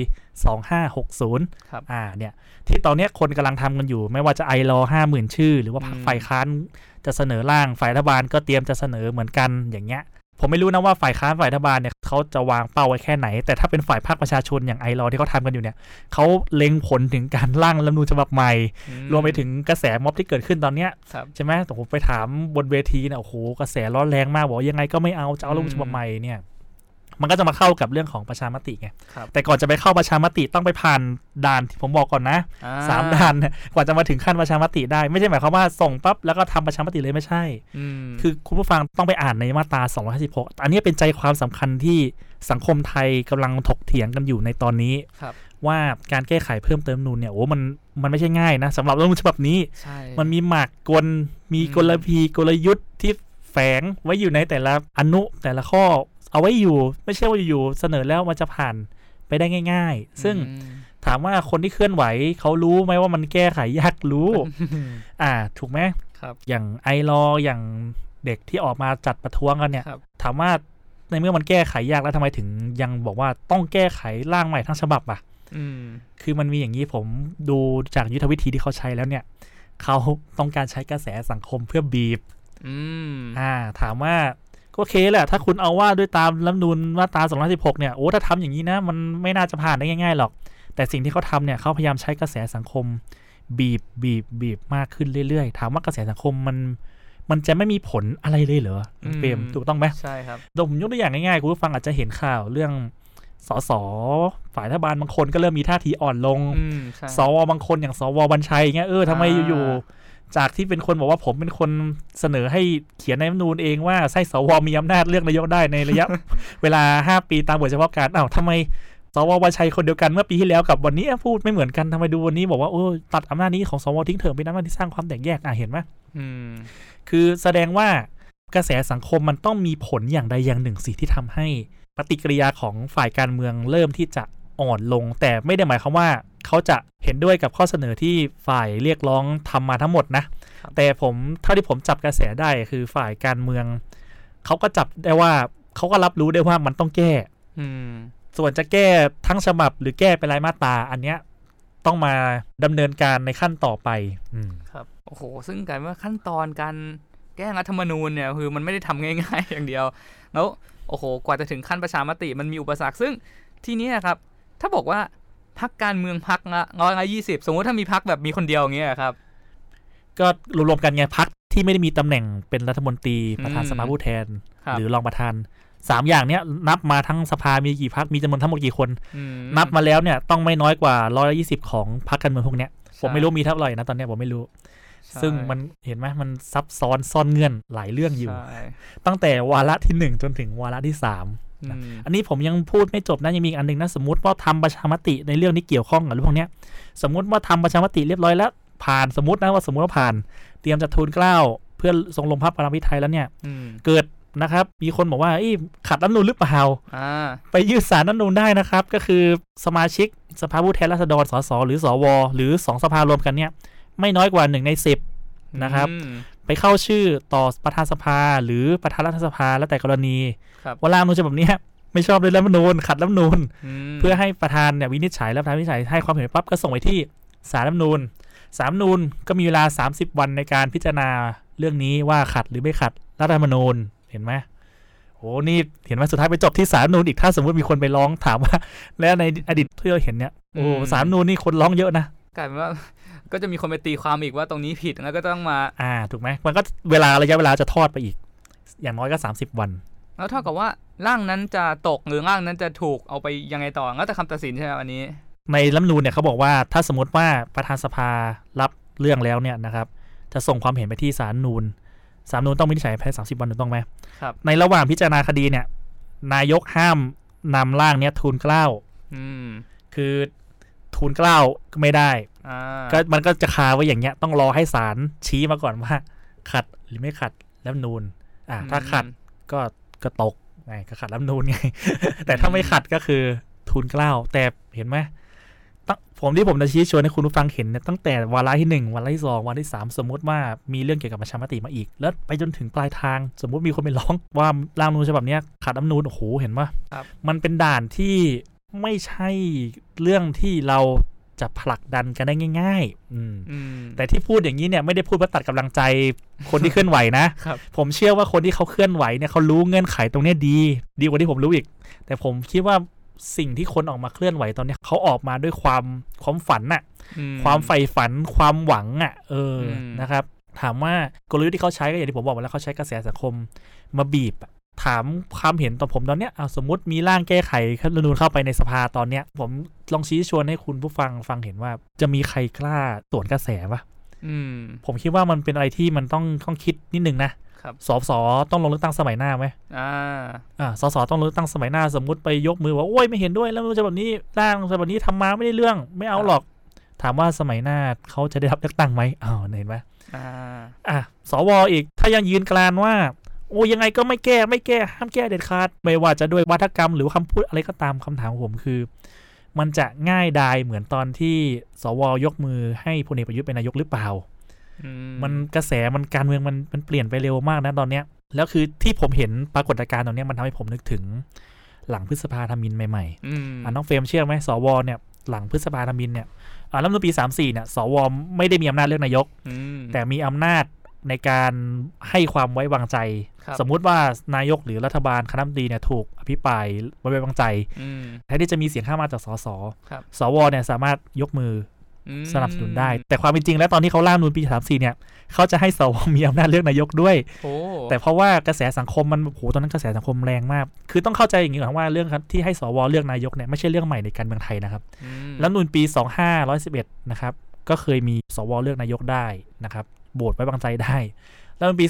2560 ครับเนี่ยที่ตอนนี้คนกำลังทำกันอยู่ไม่ว่าจะไอลอ 50,000 ชื่อหรือว่าพรรคฝ่ายค้านจะเสนอร่างฝ่ายรัฐบาลก็เตรียมจะเสนอเหมือนกันอย่างเงี้ยผมไม่รู้นะว่าฝ่ายค้านฝ่ายรัฐบาลเนี่ยเขาจะวางเป้าไว้แค่ไหนแต่ถ้าเป็นฝ่ายภาคประชาชนอย่างไอลอที่เขาทำกันอยู่เนี่ยเขาเล็งผลถึงการร่างรัฐธรรมนูญฉบับใหม่รวมไปถึงกระแสม็อบที่เกิดขึ้นตอนเนี้ยใช่ไหมแต่ผมไปถามบนเวทีเนี่ยโอ้โหกระแสร้อนแรงมากบอกยังไงก็ไม่เอาจะเอารัฐธรรมนูญฉบับใหม่เนี่ยมันก็จะมาเข้ากับเรื่องของประชามติไงแต่ก่อนจะไปเข้าประชามติต้องไปผ่านด่านที่ผมบอกก่อนนะ3ด่านกว่าจะมาถึงขั้นประชามติได้ไม่ใช่หมายความว่าส่งปั๊บแล้วก็ทำประชามติเลยไม่ใช่คือคุณผู้ฟังต้องไปอ่านในมาตรา256อันนี้เป็นใจความสำคัญที่สังคมไทยกำลังถกเถียงกันอยู่ในตอนนี้ว่าการแก้ไขเพิ่มเติมรัฐธรรมนูญเนี่ยโอ้มันไม่ใช่ง่ายนะสำหรับรัฐธรรมนูญฉบับนี้มันมีหมากกลมีกลยุทธ์ที่แฝงไว้อยู่ในแต่ละอนุแต่ละข้อเอาไว้อยู่ไม่ใช่ว่าอยู่เสนอแล้วมันจะผ่านไปได้ง่ายๆซึ่งถามว่าคนที่เคลื่อนไหวเขารู้ไหมว่ามันแก้ไขยากรู้ถูกไหมอย่างไอลออย่างเด็กที่ออกมาจัดประท้วงกันเนี่ยถามว่าในเมื่อมันแก้ไขยากแล้วทำไมถึงยังบอกว่าต้องแก้ไขร่างใหม่ทั้งฉบับคือมันมีอย่างนี้ผมดูจากยุทธวิธีที่เขาใช้แล้วเนี่ยเขาต้องการใช้กระแสสังคมเพื่อบีบถามว่าโอเคแหละถ้าคุณเอาว่าด้วยตามรัฐธรรมนูญมาตรา216เนี่ยโอ้ถ้าทำอย่างนี้นะมันไม่น่าจะผ่านได้ง่ายๆหรอกแต่สิ่งที่เขาทำเนี่ยเขาพยายามใช้กระแสสังคมบีบมากขึ้นเรื่อยๆถามว่ากระแสสังคมมันจะไม่มีผลอะไรเลยเหรอเปรมถูกต้องไหมใช่ครับผมยกตัวอย่างง่ายๆคุณผู้ฟังอาจจะเห็นข่าวเรื่องสสฝ่ายรัฐบาลบางคนก็เริ่มมีท่าทีอ่อนลงสวบางคนอย่างสวบัญชัยเงี้ยทำไมอยู่จากที่เป็นคนบอกว่าผมเป็นคนเสนอให้เขียนในรัฐธรรมนูญเองว่าให้สวมีอำนาจเลือกนายกได้ในระยะ เวลา5 ปีตามบทเฉพาะการทำไมสวบัญชัยคนเดียวกันเมื่อปีที่แล้วกับวันนี้พูดไม่เหมือนกันทำไมดูวันนี้บอกว่าตัดอำนาจนี้ของสวทิ้งเถอะเป็นอำนาจที่สร้างความแตกแยกเห็นไหมคือแสดงว่ากระแสสังคมมันต้องมีผลอย่างใดอย่างหนึ่งสิที่ทำให้ปฏิกิริยาของฝ่ายการเมืองเริ่มที่จะอ่อนลงแต่ไม่ได้หมายความว่าเขาจะเห็นด้วยกับข้อเสนอที่ฝ่ายเรียกร้องทำมาทั้งหมดนะแต่เท่าที่ผมจับกระแสได้คือฝ่ายการเมืองเขาก็จับได้ว่าเขาก็รับรู้ได้ว่ามันต้องแก้ส่วนจะแก้ทั้งฉบับหรือแก้เป็นรายมาตราอันเนี้ยต้องมาดำเนินการในขั้นต่อไปครับโอ้โหซึ่งกลายว่าขั้นตอนการแก้รัฐธรรมนูญเนี่ยคือมันไม่ได้ทำง่ายๆอย่างเดียวแล้วโอ้โหกว่าจะถึงขั้นประชามติมันมีอุปสรรคซึ่งที่นี้ครับถ้าบอกว่าพรรคการเมืองพรรคละ120สมมติถ้ามีพรรคแบบมีคนเดียวอย่างเงี้ยครับก็รวมๆกันไงพรรคที่ไม่ได้มีตำแหน่งเป็นรัฐมนตรีประธานสภาผู้แทนหรือรองประธาน3อย่างเนี้ยนับมาทั้งสภามีกี่พรรคมีจำนวนทั้งหมดกี่คนนับมาแล้วเนี่ยต้องไม่น้อยกว่า120ของพรรคการเมืองพวกเนี้ยผมไม่รู้มีเท่าไหร่นะตอนนี้ผมไม่รู้ซึ่งมันเห็นไหมมันซับซ้อนซ่อนเงื่อนหลายเรื่องอยู่ตั้งแต่วาระที่1จนถึงวาระที่3อันนี้ผมยังพูดไม่จบนะยังมีอีกอันนึงนะสมมุติว่าทำประชามติในเรื่องที่เกี่ยวข้องกับเรื่องพวกนี้สมมุติว่าทำประชามติเรียบร้อยแล้วผ่านสมมติว่าผ่านเตรียมจะทูลเกล้าเพื่อทรงลงพระปรมาภิไธยแล้วเนี่ยเกิดนะครับมีคนบอกว่าขัดรัฐธรรมนูญหรือเปล่าไปยื่นศาลรัฐธรรมนูญได้นะครับก็คือสมาชิกสภาผู้แทนราษฎรสสหรือสวหรือ2สภารวมกันเนี่ยไม่น้อยกว่า1ใน10นะครับไปเข้าชื่อต่อประธานสภาหรือประธานรัฐสภาแล้วแต่กรณีว่าร่างรัฐธรรมนูญฉบับนี้ไม่ชอบด้วยรัฐธรรมนูญขัดรัฐธรรมนูญเพื่อให้ประธานเนี่ยวินิจฉัยแล้วประธานวินิจฉัยให้ความเห็นปั๊บก็ส่งไปที่ศาลรัฐธรรมนูญศาลรัฐธรรมนูญก็มีเวลา30วันในการพิจารณาเรื่องนี้ว่าขัดหรือไม่ขัดรัฐธรรมนูญเห็นไหมโอ้นี่เห็นไหมสุดท้ายไปจบที่ศาลรัฐธรรมนูญอีกถ้าสมมติมีคนไปร้องถามว่าแล้วในอดีตที่เราเห็นเนี่ยโอ้ศาลรัฐธรรมนูญนี่คนร้องเยอะนะกลายเป็นว่าก็จะมีคนไปตีความอีกว่าตรงนี้ผิดแล้วก็ต้องมาถูกไหมมันก็ระยะเวลาจะทอดไปอีกอย่างน้อยก็30วันแล้วเท่ากับว่าร่างนั้นจะตกหรือร่างนั้นจะถูกเอาไปยังไงต่อแล้วแต่คำตัดสินใช่ไหมวันนี้ในรัฐธรรมนูญเนี่ยเขาบอกว่าถ้าสมมติว่าประธานสภารับเรื่องแล้วเนี่ยนะครับจะส่งความเห็นไปที่ศาลรัฐธรรมนูญต้องวินิจฉัยภายใน30วันถูกต้องไหมครับในระหว่างพิจารณาคดีเนี่ยนายกห้ามนำร่างเนี้ยทูลเกล้าคือทูลเกล้าก็ไม่ได้ก็มันก็จะคาไว้อย่างเงี้ยต้องรอให้ศาลชี้มาก่อนว่าขัดหรือไม่ขัดรัฐธรรมนูญถ้าขัดก็ตกไงก็ขัดรัฐธรรมนูญไง แต่ถ้าไม่ขัดก็คือทูลเกล้าแต่เห็นไหมผมจะชี้ชวนให้คุณผู้ฟังเห็นเนี่ยตั้งแต่วาระที่1วาระที่2วาระที่3สมมติว่ามีเรื่องเกี่ยวกับประชามติมาอีกแล้วไปจนถึงปลายทางสมมติมีคนไปร้องว่าร่างรัฐธรรมนูญฉบับนี้ขัดรัฐธรรมนูญโอ้โหเห็นป่ะมันเป็นด่านที่ไม่ใช่เรื่องที่เราจะผลักดันกันได้ง่ายๆแต่ที่พูดอย่างนี้เนี่ยไม่ได้พูดเพื่อตัดกำลังใจคนที่เคลื่อนไหวนะ ผมเชื่อว่าคนที่เขาเคลื่อนไหวเนี่ยเขารู้เงื่อนไขตรงนี้ดีกว่าที่ผมรู้อีกแต่ผมคิดว่าสิ่งที่คนออกมาเคลื่อนไหวตอนนี้เขาออกมาด้วยความฝันน่ะความใฝ่ฝันความหวังอ่ะนะครับถามว่ากลยุทธ์ที่เขาใช้ก็อย่างที่ผมบอกไปแล้วเขาใช้กระแสสังคมมาบีบถามความเห็นตอนผมตอนเนี้ยสมมติมีร่างแก้ไขรัฐธรรมนูญเข้าไปในสภาตอนเนี้ยผมลองชี้ชวนให้คุณผู้ฟังเห็นว่าจะมีใครกล้าสวนกระแสปะผมคิดว่ามันเป็นอะไรที่มันต้องคิดนิดนึงนะสสต้องลงเลือกตั้งสมัยหน้าไหมสสต้องลงเลือกตั้งสมัยหน้าสมมุติไปยกมือว่าโอ้ยไม่เห็นด้วยแล้วฉบับนี้ร่างฉบับนี้ทำมาไม่ได้เรื่องไม่เอาหรอกถามว่าสมัยหน้าเขาจะได้รับเลือกตั้งไหมเห็นไหมสวอีกถ้ายังยืนกรานว่าโอ้ยังไงก็ไม่แก้ห้ามแก้เด็ดขาดไม่ว่าจะด้วยวาทกรรมหรือคำพูดอะไรก็ตามคำถามของผมคือมันจะง่ายดายเหมือนตอนที่สวยกมือให้พลเอกประยุทธ์เป็นนายกหรือเปล่ามันกระแสมันการเมืองมันเปลี่ยนไปเร็วมากนะตอนเนี้ยแล้วคือที่ผมเห็นปรากฏการณ์ตอนนี้มันทำให้ผมนึกถึงหลังพฤษภาธมิฬใหม่ๆน้องเฟรมเชื่อไหมสวเนี่ยหลังพฤษภาธมิฬเนี่ยรัฐธรรมนูญปี34เนี่ยสวไม่ได้มีอำนาจเลือกนายกแต่มีอำนาจในการให้ความไว้วางใจสมมุติว่านายกหรือรัฐบาลคณะรัฐมนตรีเนี่ยถูกอภิปรายไว้วางใจแทนที่จะมีเสียงข้างมากจากสสวเนี่ยสามารถยกมือสนับสนุนได้แต่ความเป็นจริงแล้วตอนที่เขาร่างรัฐธรรมนูญปี34เนี่ยเขาจะให้สวมีอำนาจเลือกนายกด้วยแต่เพราะว่ากระแสสังคมมันโหตอนนั้นกระแสสังคมแรงมากคือต้องเข้าใจอย่างนี้ก่อนว่าเรื่องที่ให้สวเลือกนายกเนี่ยไม่ใช่เรื่องใหม่ในการเมืองไทยนะครับรัฐธรรมนูญปี2511นะครับก็เคยมีสวเลือกนายกได้นะครับโหวตไว้วางใจได้แล้วในปี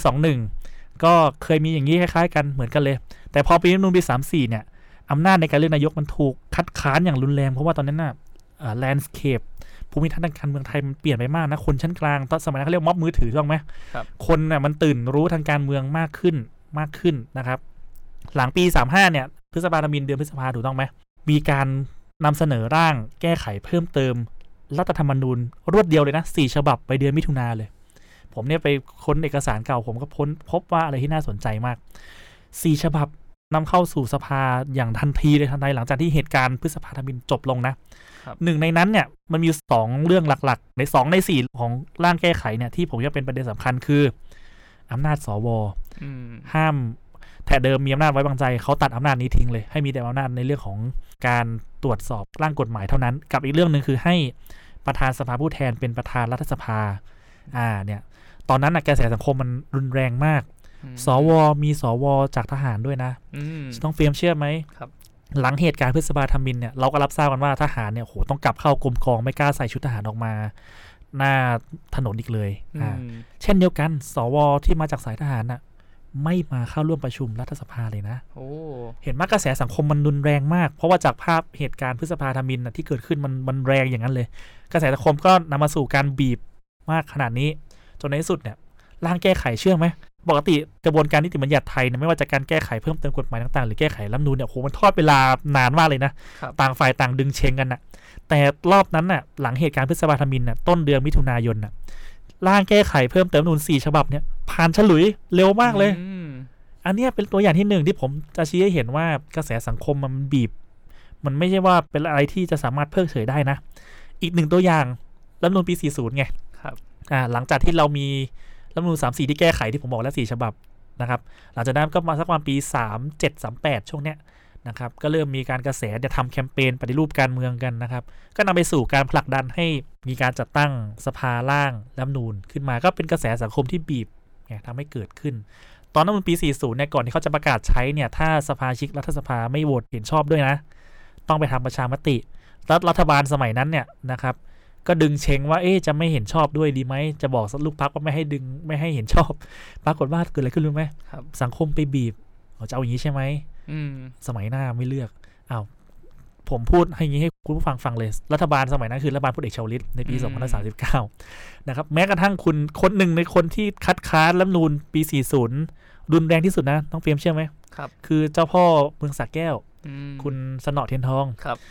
21ก็เคยมีอย่างนี้คล้ายๆกันเหมือนกันเลยแต่พอปีรัฐธรรมนูญปี34เนี่ยอำนาจในการเลือกนายกมันถูกคัดค้านอย่างรุนแรงเพราะว่าตอนนั้นน่ะแลนด์สเคปภูมิทัศน์ทางการเมืองไทยมันเปลี่ยนไปมากนะคนชั้นกลางตอนสมัยนั้นเขาเรียกม็อบมือถือถูกไหมคนน่ะมันตื่นรู้ทางการเมืองมากขึ้นนะครับหลังปี35เนี่ยพฤษภาธมิฬเดือนพฤษภาถูกต้องไหมมีการนำเสนอร่างแก้ไขเพิ่มเติมรัฐธรรมนูญรวดเดียวเลยนะ4ฉบับไปเดือนมิถุนาเลยผมเนี่ยไปค้นเอกสารเก่าผมก็พบว่าอะไรที่น่าสนใจมาก4ฉบับนำเข้าสู่สภาอย่างทันทีเลยทันใดหลังจากที่เหตุการณ์พฤษภาธมิฬจบลงนะหนึ่งในนั้นเนี่ยมันมี2เรื่องหลักๆใน2ใน4ของร่างแก้ไขเนี่ยที่ผมว่าเป็นประเด็นสำคัญคืออำนาจสวห้ามแต่เดิมมีอำนาจไว้วางใจเขาตัดอำนาจนี้ทิ้งเลยให้มีแต่อำนาจในเรื่องของการตรวจสอบร่างกฎหมายเท่านั้นกับอีกเรื่องนึงคือให้ประธานสภาผู้แทนเป็นประธานรัฐสภาเนี่ยตอนนั้นกระแสสังคมมันรุนแรงมากสวมีสวจากทหารด้วยนะต้องเฟรมเชื่อไหมหลังเหตุการณ์พฤษภาธมิฬเนี่ยเราก็รับทราบกันว่าทหารเนี่ยโหต้องกลับเข้ากรมกองไม่กล้าใส่ชุดทหารออกมาหน้าถนนอีกเลยเช่นเดียวกันสวที่มาจากสายทหารน่ะไม่มาเข้าร่วมประชุมรัฐสภาเลยนะเห็นว่ากระแสสังคมมันรุนแรงมากเพราะว่าจากภาพเหตุการณ์พฤษภาธมิฬที่เกิดขึ้นมันแรงอย่างนั้นเลยกระแสสังคมก็นำมาสู่การบีบมากขนาดนี้จนในที่สุดเนี่ยร่างแก้ไขเชื่อไหมปกติกระบวนการนิติบัญญัติไทยเนี่ยไม่ว่าจะการแก้ไขเพิ่มเติมกฎหมายต่างๆหรือแก้ไขรัฐธรรมนูญเนี่ยโหมันทอดเวลานานมากเลยนะต่างฝ่ายต่างดึงเชงกันน่ะแต่รอบนั้นน่ะหลังเหตุการณ์พฤษภาธมิฬน่ะต้นเดือนมิถุนายนน่ะร่างแก้ไขเพิ่มเติมรัฐธรรมนูญ4ฉบับเนี่ยผ่านฉลุยเร็วมากเลยอันนี้เป็นตัวอย่างที่1ที่ผมจะชี้ให้เห็นว่ากระแสสังคมมันบีบมันไม่ใช่ว่าเป็นอะไรที่จะสามารถเพิกเฉยได้นะอีก1ตัวอย่างรัฐธรรมนูญปี40ไงครับหลังจากที่เรามีรัฐธรรมนูญ34ที่แก้ไขที่ผมบอกแล้ว4ฉบับนะครับหลังจากนั้นก็มาสักประมาณปี37 38ช่วงเนี้ยนะครับก็เริ่มมีการกระแสจะทำแคมเปญปฏิรูปการเมืองกันนะครับก็นำไปสู่การผลักดันให้มีการจัดตั้งสภาร่างรัฐธรรมนูญขึ้นมาก็เป็นกระแสสังคมที่บีบทำให้เกิดขึ้นตอนรัฐธรรมนูญปี40เนี่ยก่อนที่เขาจะประกาศใช้เนี่ยถ้าสภาชิกรัฐสภาไม่โหวตเห็นชอบด้วยนะต้องไปทำประชามติรัฐบาลสมัยนั้นเนี่ยนะครับก็ดึงเชงว่าจะไม่เห็นชอบด้วยดีไหมจะบอกลูกพรรคว่าไม่ให้เห็นชอบปรากฏว่าเกิดอะไรขึ้นรู้ไหมสังคมไปบีบจะเอาอย่างนี้ใช่ไหมสมัยหน้าไม่เลือกผมพูดให้อย่างนี้ให้คุณผู้ฟังฟังเลยรัฐบาลสมัยนั้นคือรัฐบาลพลเอกชวลิตในปี2539นะครับแม้กระทั่งคุณคนหนึ่งในคนที่คัดค้านรัฐธรรมนูญปี40รุนแรงที่สุดนะต้องเฟรมเชื่อไหมคือเจ้าพ่อเมืองสระแก้วคุณสนอเทียนทอง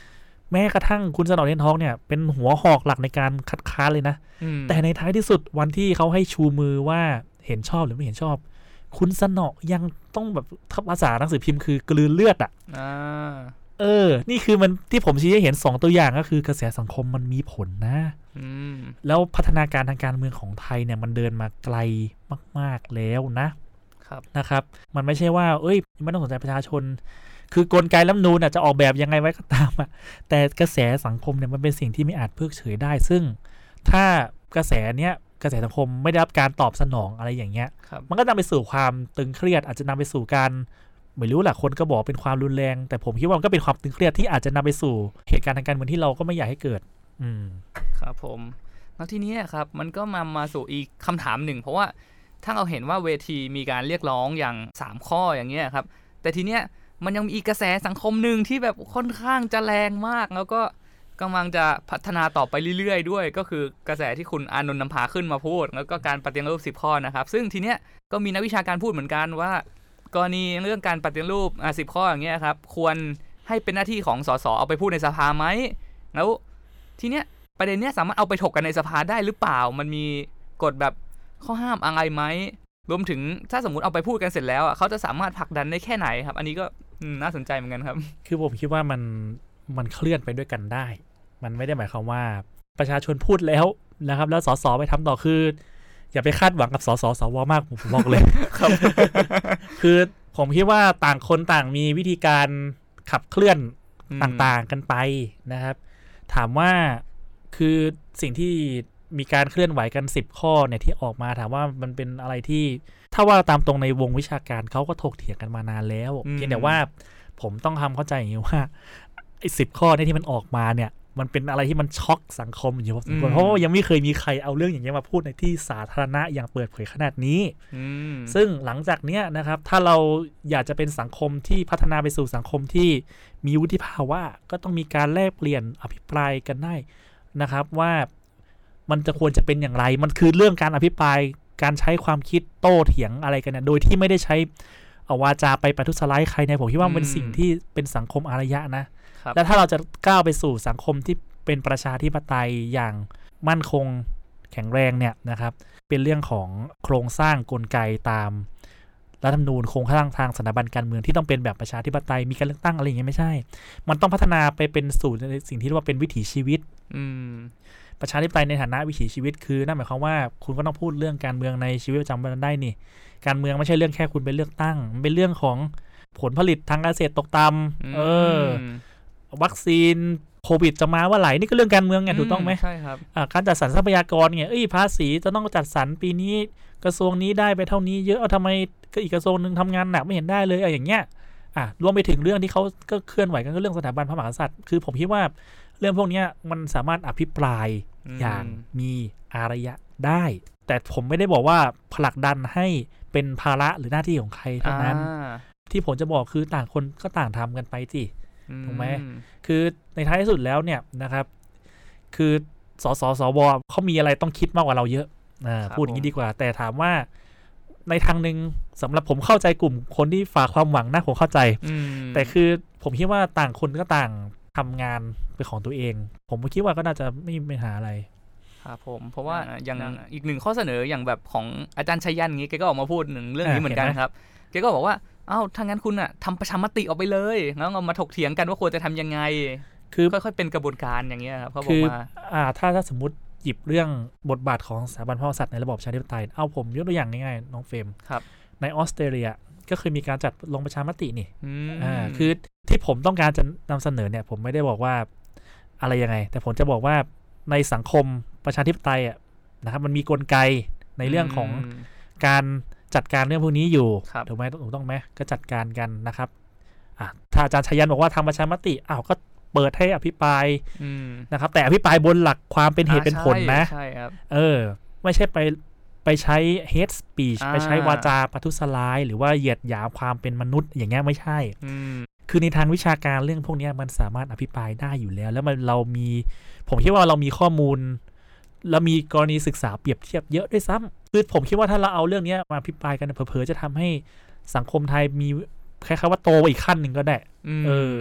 แม้กระทั่งคุณสนอเทียนทองเนี่ยเป็นหัวหอกหลักในการคัดค้านเลยนะแต่ในท้ายที่สุดวันที่เขาให้ชูมือว่าเห็นชอบหรือไม่เห็นชอบคุณสนอยังต้องแบบภาษาหนังสือพิมพ์คือกลืนเลือดอ่ะนี่คือมันที่ผมชี้ให้เห็น2ตัวอย่างก็คือกระแสสังคมมันมีผลนะแล้วพัฒนาการทางการเมืองของไทยเนี่ยมันเดินมาไกลมากๆแล้วนะครับมันไม่ใช่ว่าไม่ต้องสนใจประชาชนคือกลไกรัฐธรรมนูญจะออกแบบยังไงไว้ก็ตามแต่กระแสสังคมเนี่ยมันเป็นสิ่งที่ไม่อาจเพิกเฉยได้ซึ่งถ้ากระแสสังคมไม่ได้รับการตอบสนองอะไรอย่างเงี้ยมันก็นำไปสู่ความตึงเครียดอาจจะนำไปสู่การไม่รู้แหละคนก็บอกเป็นความรุนแรงแต่ผมคิดว่ามันก็เป็นความตึงเครียดที่อาจจะนำไปสู่เหตุการณ์ทางการเมืองที่เราก็ไม่อยากให้เกิดครับผมแล้วทีนี้ครับมันก็มาสู่อีกคำถามหนึ่งเพราะว่าถ้าเราเห็นว่าเวทีมีการเรียกร้องอย่าง3ข้ออย่างเงี้ยครับแต่ทีเนี้ยมันยังมีอีกกระแสสังคมหนึ่งที่แบบค่อนข้างจะแรงมากแล้วก็กำลังจะพัฒนาต่อไปเรื่อยๆด้วยก็คือกระแสที่คุณอานนท์นำพาขึ้นมาพูดแล้วก็การปฏิรูป10ข้อนะครับซึ่งทีเนี้ยก็มีนักวิชาการพูดเหมือนกันว่ากรณีเรื่องการปฏิรูป10ข้ออย่างเงี้ยครับควรให้เป็นหน้าที่ของสสเอาไปพูดในสภาไหมแล้วทีเนี้ยประเด็นเนี้ยสามารถเอาไปถกกันในสภาได้หรือเปล่ามันมีกฎแบบข้อห้ามอะไรไหมรวมถึงถ้าสมมุติเอาไปพูดกันเสร็จแล้วเขาจะสามารถผลักดันได้แค่ไหนครับอันนี้ก็น่าสนใจเหมือนกันครับคือผมคิดว่ามันเคลื่อนไปด้วยกันได้มันไม่ได้หมายความว่าประชาชนพูดแล้วนะครับแล้วสสไปทำต่อคืออย่าไปคาดหวังกับสสวมากผมบอกเลยครับ คือผมคิดว่าต่างคนต่างมีวิธีการขับเคลื่อนต่างๆกันไปนะครับถามว่าคือสิ่งที่มีการเคลื่อนไหวกัน10ข้อเนี่ยที่ออกมาถามว่ามันเป็นอะไรที่ถ้าว่าตามตรงในวงวิชาการเขาก็ถกเถียงกันมานานแล้วเพียงแต่ว่าผมต้องทำเข้าใจอย่างนี้ว่าไอ้10ข้อที่มันออกมาเนี่ยมันเป็นอะไรที่มันช็อกสังคมอยู่พอสมควรเพราะว่ายังไม่เคยมีใครเอาเรื่องอย่างนี้มาพูดในที่สาธารณะอย่างเปิดเผยขนาดนี้ซึ่งหลังจากนี้นะครับถ้าเราอยากจะเป็นสังคมที่พัฒนาไปสู่สังคมที่มีวุฒิภาวะก็ต้องมีการแลกเปลี่ยนอภิปรายกันได้นะครับว่ามันจะควรจะเป็นอย่างไรมันคือเรื่องการอภิปรายการใช้ความคิดโต้เถียงอะไรกันเนี่ยโดยที่ไม่ได้ใช้วาจาไปประทุษร้ายใครเนี่ยผมคิดว่ามันเป็นสิ่งที่เป็นสังคมอารยะนะและถ้าเราจะก้าวไปสู่สังคมที่เป็นประชาธิปไตยอย่างมั่นคงแข็งแรงเนี่ยนะครับเป็นเรื่องของโครงสร้างกลไกตามรัฐธรรมนูญโครงสร้างทางสถาบันการเมืองที่ต้องเป็นแบบประชาธิปไตยมีการเลือกตั้งอะไรอย่างเงี้ยไม่ใช่มันต้องพัฒนาไปเป็นสู่สิ่งที่เรียกว่าเป็นวิถีชีวิตประชาธิปไตยในฐานะวิถีชีวิตคือนั่นหมายความว่าคุณก็ต้องพูดเรื่องการเมืองในชีวิตประจำวันได้นี่การเมืองไม่ใช่เรื่องแค่คุณไปเลือกตั้งมันเป็นเรื่องของผลผลิตทางเกษตรตกต่ำวัคซีนโควิดจะมาว่าไหลนี่ก็เรื่องการเมืองไงถูกต้องไหมใช่ครับการจัดสรรทรัพยากรไงภาษีจะต้องจัดสรรปีนี้กระทรวงนี้ได้ไปเท่านี้เยอะทำไมก็อีกกระทรวงนึงทำงานหนักไม่เห็นได้เลยอย่างเงี้ยรวมไปถึงเรื่องที่เขาก็เคลื่อนไหวกันก็เรื่องสถาบันพระมหากษัตริย์คือผมคิดว่าเรื่องพวกนี้มันสามารถอภิปรายอย่างมีอารยะได้แต่ผมไม่ได้บอกว่าผลักดันให้เป็นภาระหรือหน้าที่ของใครเท่านั้นที่ผมจะบอกคือต่างคนก็ต่างทำกันไปสิถูกไหมคือในท้ายที่สุดแล้วเนี่ยนะครับคือสวเขามีอะไรต้องคิดมากกว่าเราเยอะพูดอย่างนี้ดีกว่าแต่ถามว่าในทางนึงสำหรับผมเข้าใจกลุ่มคนที่ฝากความหวังนะผมเข้าใจแต่คือผมคิดว่าต่างคนก็ต่างทำงานเป็นของตัวเองผมคิดว่าก็น่าจะไม่มีปัญหาอะไรครับผมเพราะว่าอย่างอีกหนึ่งข้อเสนออย่างแบบของอาจารย์ชัยยันงี้แกก็ออกมาพูดหนึ่งเรื่องนี้เหมือนกันครับแกก็บอกว่าถ้างั้นคุณทำประชามติออกไปเลยแล้วเอามาถกเถียงกันว่าควรจะทำยังไงคือค่อยๆเป็นกระบวนการอย่างเงี้ยครับเขาบอกว่าถ้าสมมติหยิบเรื่องบทบาทของสถาบันพระมหากษัตริย์ในระบอบประชาธิปไตยเอาผมยกตัวอย่างง่ายๆน้องเฟรมในออสเตรเลียก็เคยมีการจัดลงประชามตินี่คือที่ผมต้องการจะนำเสนอเนี่ยผมไม่ได้บอกว่าอะไรยังไงแต่ผมจะบอกว่าในสังคมประชาธิปไตยนะครับมันมีกลไกในเรื่องของการจัดการเรื่องพวกนี้อยู่ถูกไหมถูกต้องไหมก็จัดการกันนะครับถ้าอาจารย์ชัยยันบอกว่าทำประชามติก็เปิดให้อภิปรายนะครับแต่อภิปรายบนหลักความเป็นเหตุเป็นผลนะใช่ครับไม่ใช่ไปใช้ hate speech ไปใช้วาจาประทุษร้ายหรือว่าเหยียดหยามความเป็นมนุษย์อย่างเงี้ยไม่ใช่คือในทางวิชาการเรื่องพวกนี้มันสามารถอภิปรายได้อยู่แล้วผมคิดว่าเรามีข้อมูลแล้วมีกรณีศึกษาเปรียบเทียบเยอะด้วยซ้ำคือผมคิดว่าถ้าเราเอาเรื่องนี้มาอภิปรายกันเผลอๆจะทำให้สังคมไทยมีคล้ายๆว่าโตอีกขั้นหนึ่งก็ได้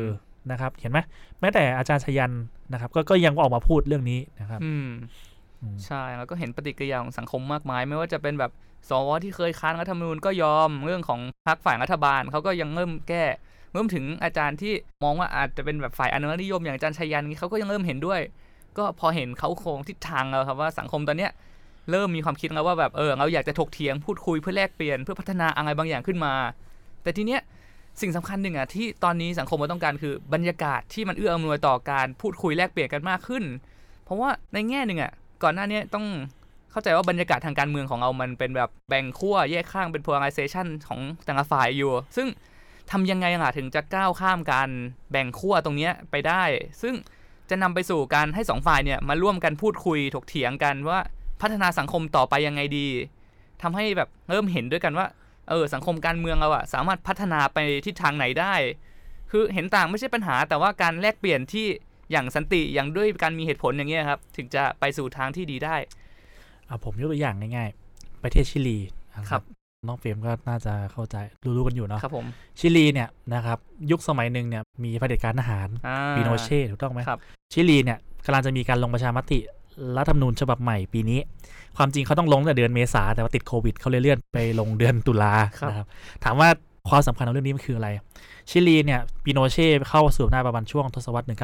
นะครับเห็นไหมแม้แต่อาจารย์ชยันนะครับก็ยังออกมาพูดเรื่องนี้นะครับใช่แล้วก็เห็นปฏิกิริยาของสังคมมากมายไม่ว่าจะเป็นแบบสวที่เคยค้านรัฐธรรมนูญก็ยอมเรื่องของพรรคฝ่ายรัฐบาลเขาก็ยังเริ่มแก้รวมถึงอาจารย์ที่มองว่าอาจจะเป็นแบบฝ่ายอนุรักษ์นิยมอย่างอาจารย์ชยันเขาก็ยังเริ่มเห็นด้วยก็พอเห็นเขาโครงทิศทางแล้วครับว่าสังคมตอนเนี้ยเริ่มมีความคิดแล้วว่าแบบเราอยากจะถกเถียงพูดคุยเพื่อแลกเปลี่ยนเพื่อพัฒนาอะไรบางอย่างขึ้นมาแต่ทีเนี้ยสิ่งสำคัญหนึ่งอ่ะที่ตอนนี้สังคมต้องการคือบรรยากาศที่มันเอื้ออำนวยต่อการพูดคุยแลกเปลี่ยนกันมากขึ้นเพราะว่าในแง่หนึ่งอ่ะก่อนหน้านี้ต้องเข้าใจว่าบรรยากาศทางการเมืองของเรามันเป็นแบบแบ่งขั้วแยกข้างเป็น polarization ของแต่ละฝ่ายอยู่ซึ่งทำยังไงล่ะถึงจะก้าวข้ามการแบ่งขั้วตรงนี้ไปได้ซึ่งจะนำไปสู่การให้2ฝ่ายเนี่ยมาร่วมกันพูดคุยถกเถียงกันว่าพัฒนาสังคมต่อไปยังไงดีทำให้แบบเริ่มเห็นด้วยกันว่าสังคมการเมืองเราอะสามารถพัฒนาไปทิศทางไหนได้คือเห็นต่างไม่ใช่ปัญหาแต่ว่าการแลกเปลี่ยนที่อย่างสันติอย่างด้วยการมีเหตุผลอย่างเงี้ยครับถึงจะไปสู่ทางที่ดีได้ผมยกตัวอย่างง่ายๆประเทศชิลีครับน้องเฟรมก็น่าจะเข้าใจรู้กันอยู่เนาะครับผมชิลีเนี่ยนะครับยุคสมัยหนึ่งเนี่ยมีเผด็จการทหารปิโนเช่ถูกต้องไหมครับชิลีเนี่ยกำลังจะมีการลงประชามติรัฐธรรมนูญฉบับใหม่ปีนี้ความจริงเขาต้องลงตั้งแต่เดือนเมษาแต่ว่าติดโควิดเขาเลยเลื่อนไปลงเดือนตุลานะครับถามว่าความสำคัญของเรื่องนี้มันคืออะไรชิลีเนี่ยปิโนเช่เข้าสู่อำนาจประมาณช่วงทศวรรษ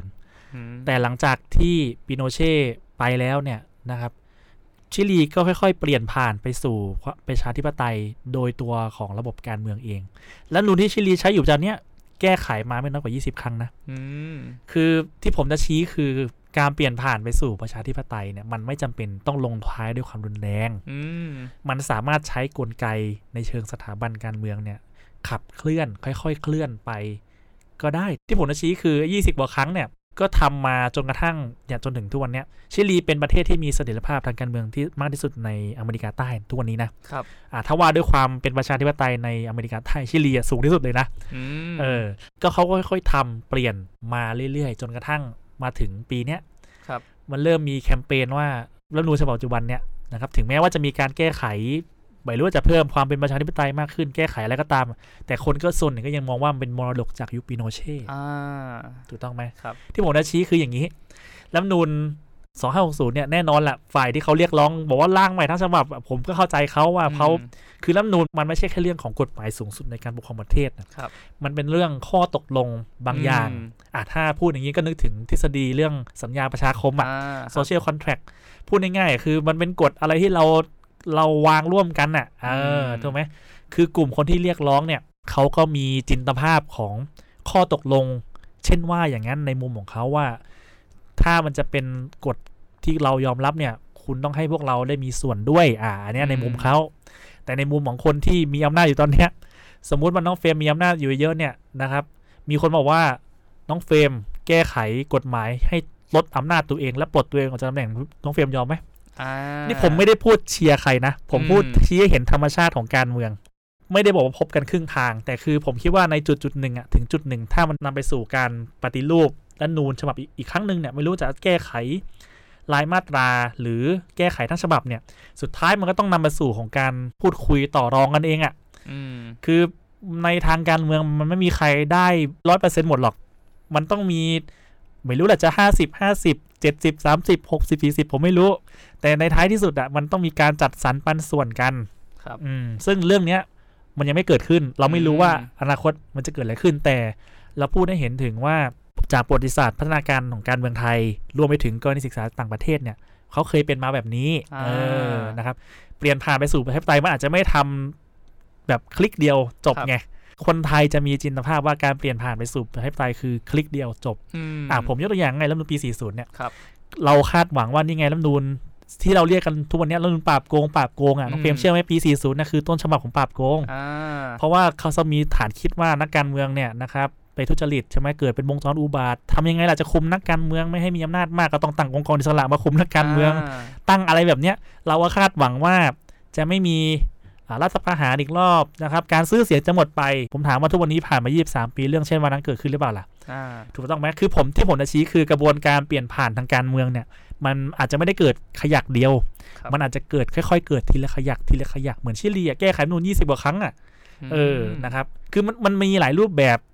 1980แต่หลังจากที่ปิโนเช่ไปแล้วเนี่ยนะครับชิลีก็ค่อยๆเปลี่ยนผ่านไปสู่ประชาธิปไตยโดยตัวของระบบการเมืองเองและนูนที่ชิลีใช้อยู่ตอนนี้แก้ไขมาไม่น้อยกว่า20ครั้งนะคือที่ผมจะชี้คือการเปลี่ยนผ่านไปสู่ประชาธิปไตยเนี่ยมันไม่จำเป็นต้องลงท้ายด้วยความรุนแรงมันสามารถใช้กลไกในเชิงสถาบันการเมืองเนี่ยขับเคลื่อนค่อยๆเคลื่อนไปก็ได้ที่ผมจะชี้คือ20กว่าครั้งเนี่ยก็ทำมาจนกระทั่งจนถึงทุกวันนี้ชิลีเป็นประเทศที่มีเสถียรภาพทางการเมืองที่มากที่สุดในอเมริกาใต้ทุกวันนี้นะครับถ้าว่าด้วยความเป็นประชาธิปไตยในอเมริกาใต้ชิลีสูงที่สุดเลยนะก็เขาก็ค่อยๆทำเปลี่ยนมาเรื่อยๆจนกระทั่งมาถึงปีนี้มันเริ่มมีแคมเปญว่ารัฐธรรมนูญฉบับปัจจุบันเนี่ยนะครับถึงแม้ว่าจะมีการแก้ไขไม่รู้ว่าจะเพิ่มความเป็นประชาธิปไตยมากขึ้นแก้ไขอะไรก็ตามแต่คนก็ส่วนหนึ่งก็ยังมองว่ามันเป็นมรดกจากยุคปิโนเช่ถูกต้องไหมที่ผมจะชี้คืออย่างนี้รัฐธรรมนูญ2560เนี่ยแน่นอนแหละฝ่ายที่เขาเรียกร้องบอกว่าร่างใหม่ทั้งฉบับผมก็เข้าใจเขาว่าเขาคือรัฐธรรมนูญมันไม่ใช่แค่เรื่องของกฎหมายสูงสุดในการปกครองประเทศนะครับมันเป็นเรื่องข้อตกลงบางอย่างถ้าพูดอย่างนี้ก็นึกถึงทฤษฎีเรื่องสัญญาประชาคมsocial contract พูดง่ายๆคือมันเป็นกฎอะไรที่เราวางร่วมกันถูกไหมคือกลุ่มคนที่เรียกร้องเนี่ยเขาก็มีจินตภาพของข้อตกลงเช่นว่าอย่างนั้นในมุมของเขาว่าถ้ามันจะเป็นกฎที่เรายอมรับเนี่ยคุณต้องให้พวกเราได้มีส่วนด้วยอันนี้ในมุมเขาแต่ในมุมของคนที่มีอำนาจอยู่ตอนนี้สมมุติว่าน้องเฟรมมีอำนาจอยู่เยอะเนี่ยนะครับมีคนบอกว่าน้องเฟรมแก้ไขกฎหมายให้ลดอำนาจตัวเองและปลดตัวเองออกจากตำแหน่งน้องเฟรมยอมไหมนี่ผมไม่ได้พูดเชียร์ใครนะผมพูดชี้ให้เห็นธรรมชาติของการเมืองไม่ได้บอกว่าพบกันครึ่งทางแต่คือผมคิดว่าในจุดหนึ่งถึงจุดหนึ่งถ้ามันนำไปสู่การปฏิรูปรัฐธรรมนูญฉบับอีกครั้งหนึ่งเนี่ยไม่รู้จะแก้ไขรายมาตราหรือแก้ไขทั้งฉบับเนี่ยสุดท้ายมันก็ต้องนำไปสู่ของการพูดคุยต่อรองกันเองคือในทางการเมืองมันไม่มีใครได้ 100% หมดหรอกมันต้องมีไม่รู้แหละจะ50 70 30 60 40ผมไม่รู้แต่ในท้ายที่สุดมันต้องมีการจัดสรรปันส่วนกันครับซึ่งเรื่องนี้มันยังไม่เกิดขึ้นเราไม่รู้ว่าอนาคตมันจะเกิดอะไรขึ้นแต่เราพูดให้เห็นถึงว่าจากประวัติศาสตร์พัฒนาการของการเมืองไทยรวมไปถึงกรณีศึกษาต่างประเทศเนี่ยเขาเคยเป็นมาแบบนี้นะครับเปลี่ยนผ่านไปสู่ประชาธิปไตยมันอาจจะไม่ทำแบบคลิกเดียวจบไงคนไทยจะมีจินตภาพว่าการเปลี่ยนผ่านไปสู่ประชาธิปไตยคือคลิกเดียวจบผมยกตัวอย่างไงรัฐธรรมนูญปี40เนี่ยเราคาดหวังว่านี่ไงรัฐธรรมนูญที่เราเรียกกันทุกวันนี้รัฐธรรมนูญปราบโกงน้องเฟรมเชื่อไหมปี40นะคือต้นฉบับของปราบโกงเพราะว่าเขาจะมีฐานคิดว่านักการเมืองเนี่ยนะครับไปทุจริตใช่ไหมเกิดเป็นวงจรอุบาททำยังไงล่ะจะคุมนักการเมืองไม่ให้มีอำนาจมากก็ต้องตั้งองค์กรอิสระมาคุมนักการเมืองตั้งอะไรแบบเนี้ยเราก็คาดหวังว่าจะไม่มีรัฐประหารอีกรอบนะครับการซื้อเสียงจะหมดไปผมถามว่าทุกวันนี้ผ่านมา23ปีเรื่องเช่นวันนั้นเกิดขึ้นหรือเปล่าล่ะถูกต้องไหมคือผมจะชี้คือกระบวนการเปลี่ยนผ่านทางการเมืองเนี่ยมันอาจจะไม่ได้เกิดขยักเดียวมันอาจจะเกิดค่อยๆเกิดทีละขยักเหมือนชิลีแก้ไขรัฐธรรมนูญ20กว่าครั้งนะครับคือมันมีหลายรูปแบบ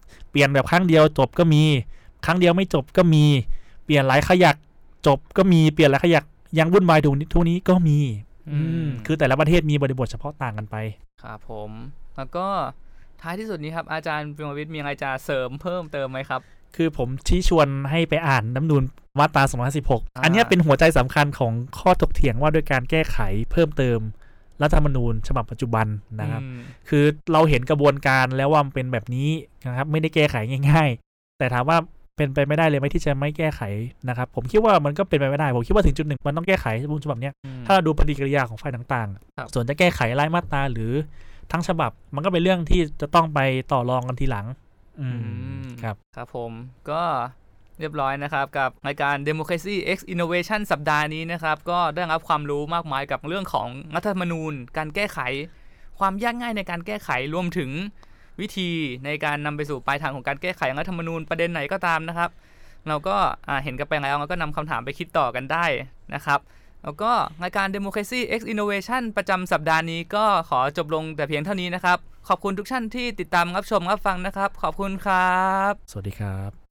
เปลี่ยนแบบครั้งเดียวจบก็มีครั้งเดียวไม่จบก็มีเปลี่ยนหลายขยักจบก็มีเปลี่ยนหลายขยักยังวุ่นวายทุกนี้ก็มีคือแต่ละประเทศมีบริบทเฉพาะต่างกันไปครับผมแล้วก็ท้ายที่สุดนี้ครับอาจารย์ปิยวิทย์มีอะไรจะเสริมเพิ่มเติมไหมครับคือผมชี้ชวนให้ไปอ่านรัฐธรรมนูญมาตรา256อันนี้เป็นหัวใจสำคัญของข้อถกเถียงว่าด้วยการแก้ไขเพิ่มเติมรัฐธรรมนูญฉบับปัจจุบันนะครับคือเราเห็นกระบวนการแล้วว่ามันเป็นแบบนี้นะครับไม่ได้แก้ไขง่ายๆแต่ถามว่าเป็นไปไม่ได้เลยไหมที่จะไม่แก้ไขนะครับผมคิดว่ามันก็เป็นไปไม่ได้ผมคิดว่าถึงจุดหนึ่งมันต้องแก้ไขรัฐธรรมนูญฉบับนี้ถ้าเราดูปฏิกิริยาของฝ่ายต่างๆส่วนจะแก้ไขรายมาตราหรือทั้งฉบับมันก็เป็นเรื่องที่จะต้องไปต่อรองกันทีหลังครับผมก็เรียบร้อยนะครับกับรายการ Democracy X Innovation สัปดาห์นี้นะครับก็ได้รับความรู้มากมายกับเรื่องของรัฐธรรมนูญการแก้ไขความยากง่ายในการแก้ไขรวมถึงวิธีในการนำไปสู่ปลายทางของการแก้ไขรัฐธรรมนูญประเด็นไหนก็ตามนะครับเราก็เห็นกันไปแล้วเราก็นำคำถามไปคิดต่อกันได้นะครับแล้วก็รายการ Democracy X Innovation ประจำสัปดาห์นี้ก็ขอจบลงแต่เพียงเท่านี้นะครับขอบคุณทุกท่านที่ติดตามรับชมรับฟังนะครับขอบคุณครับสวัสดีครับ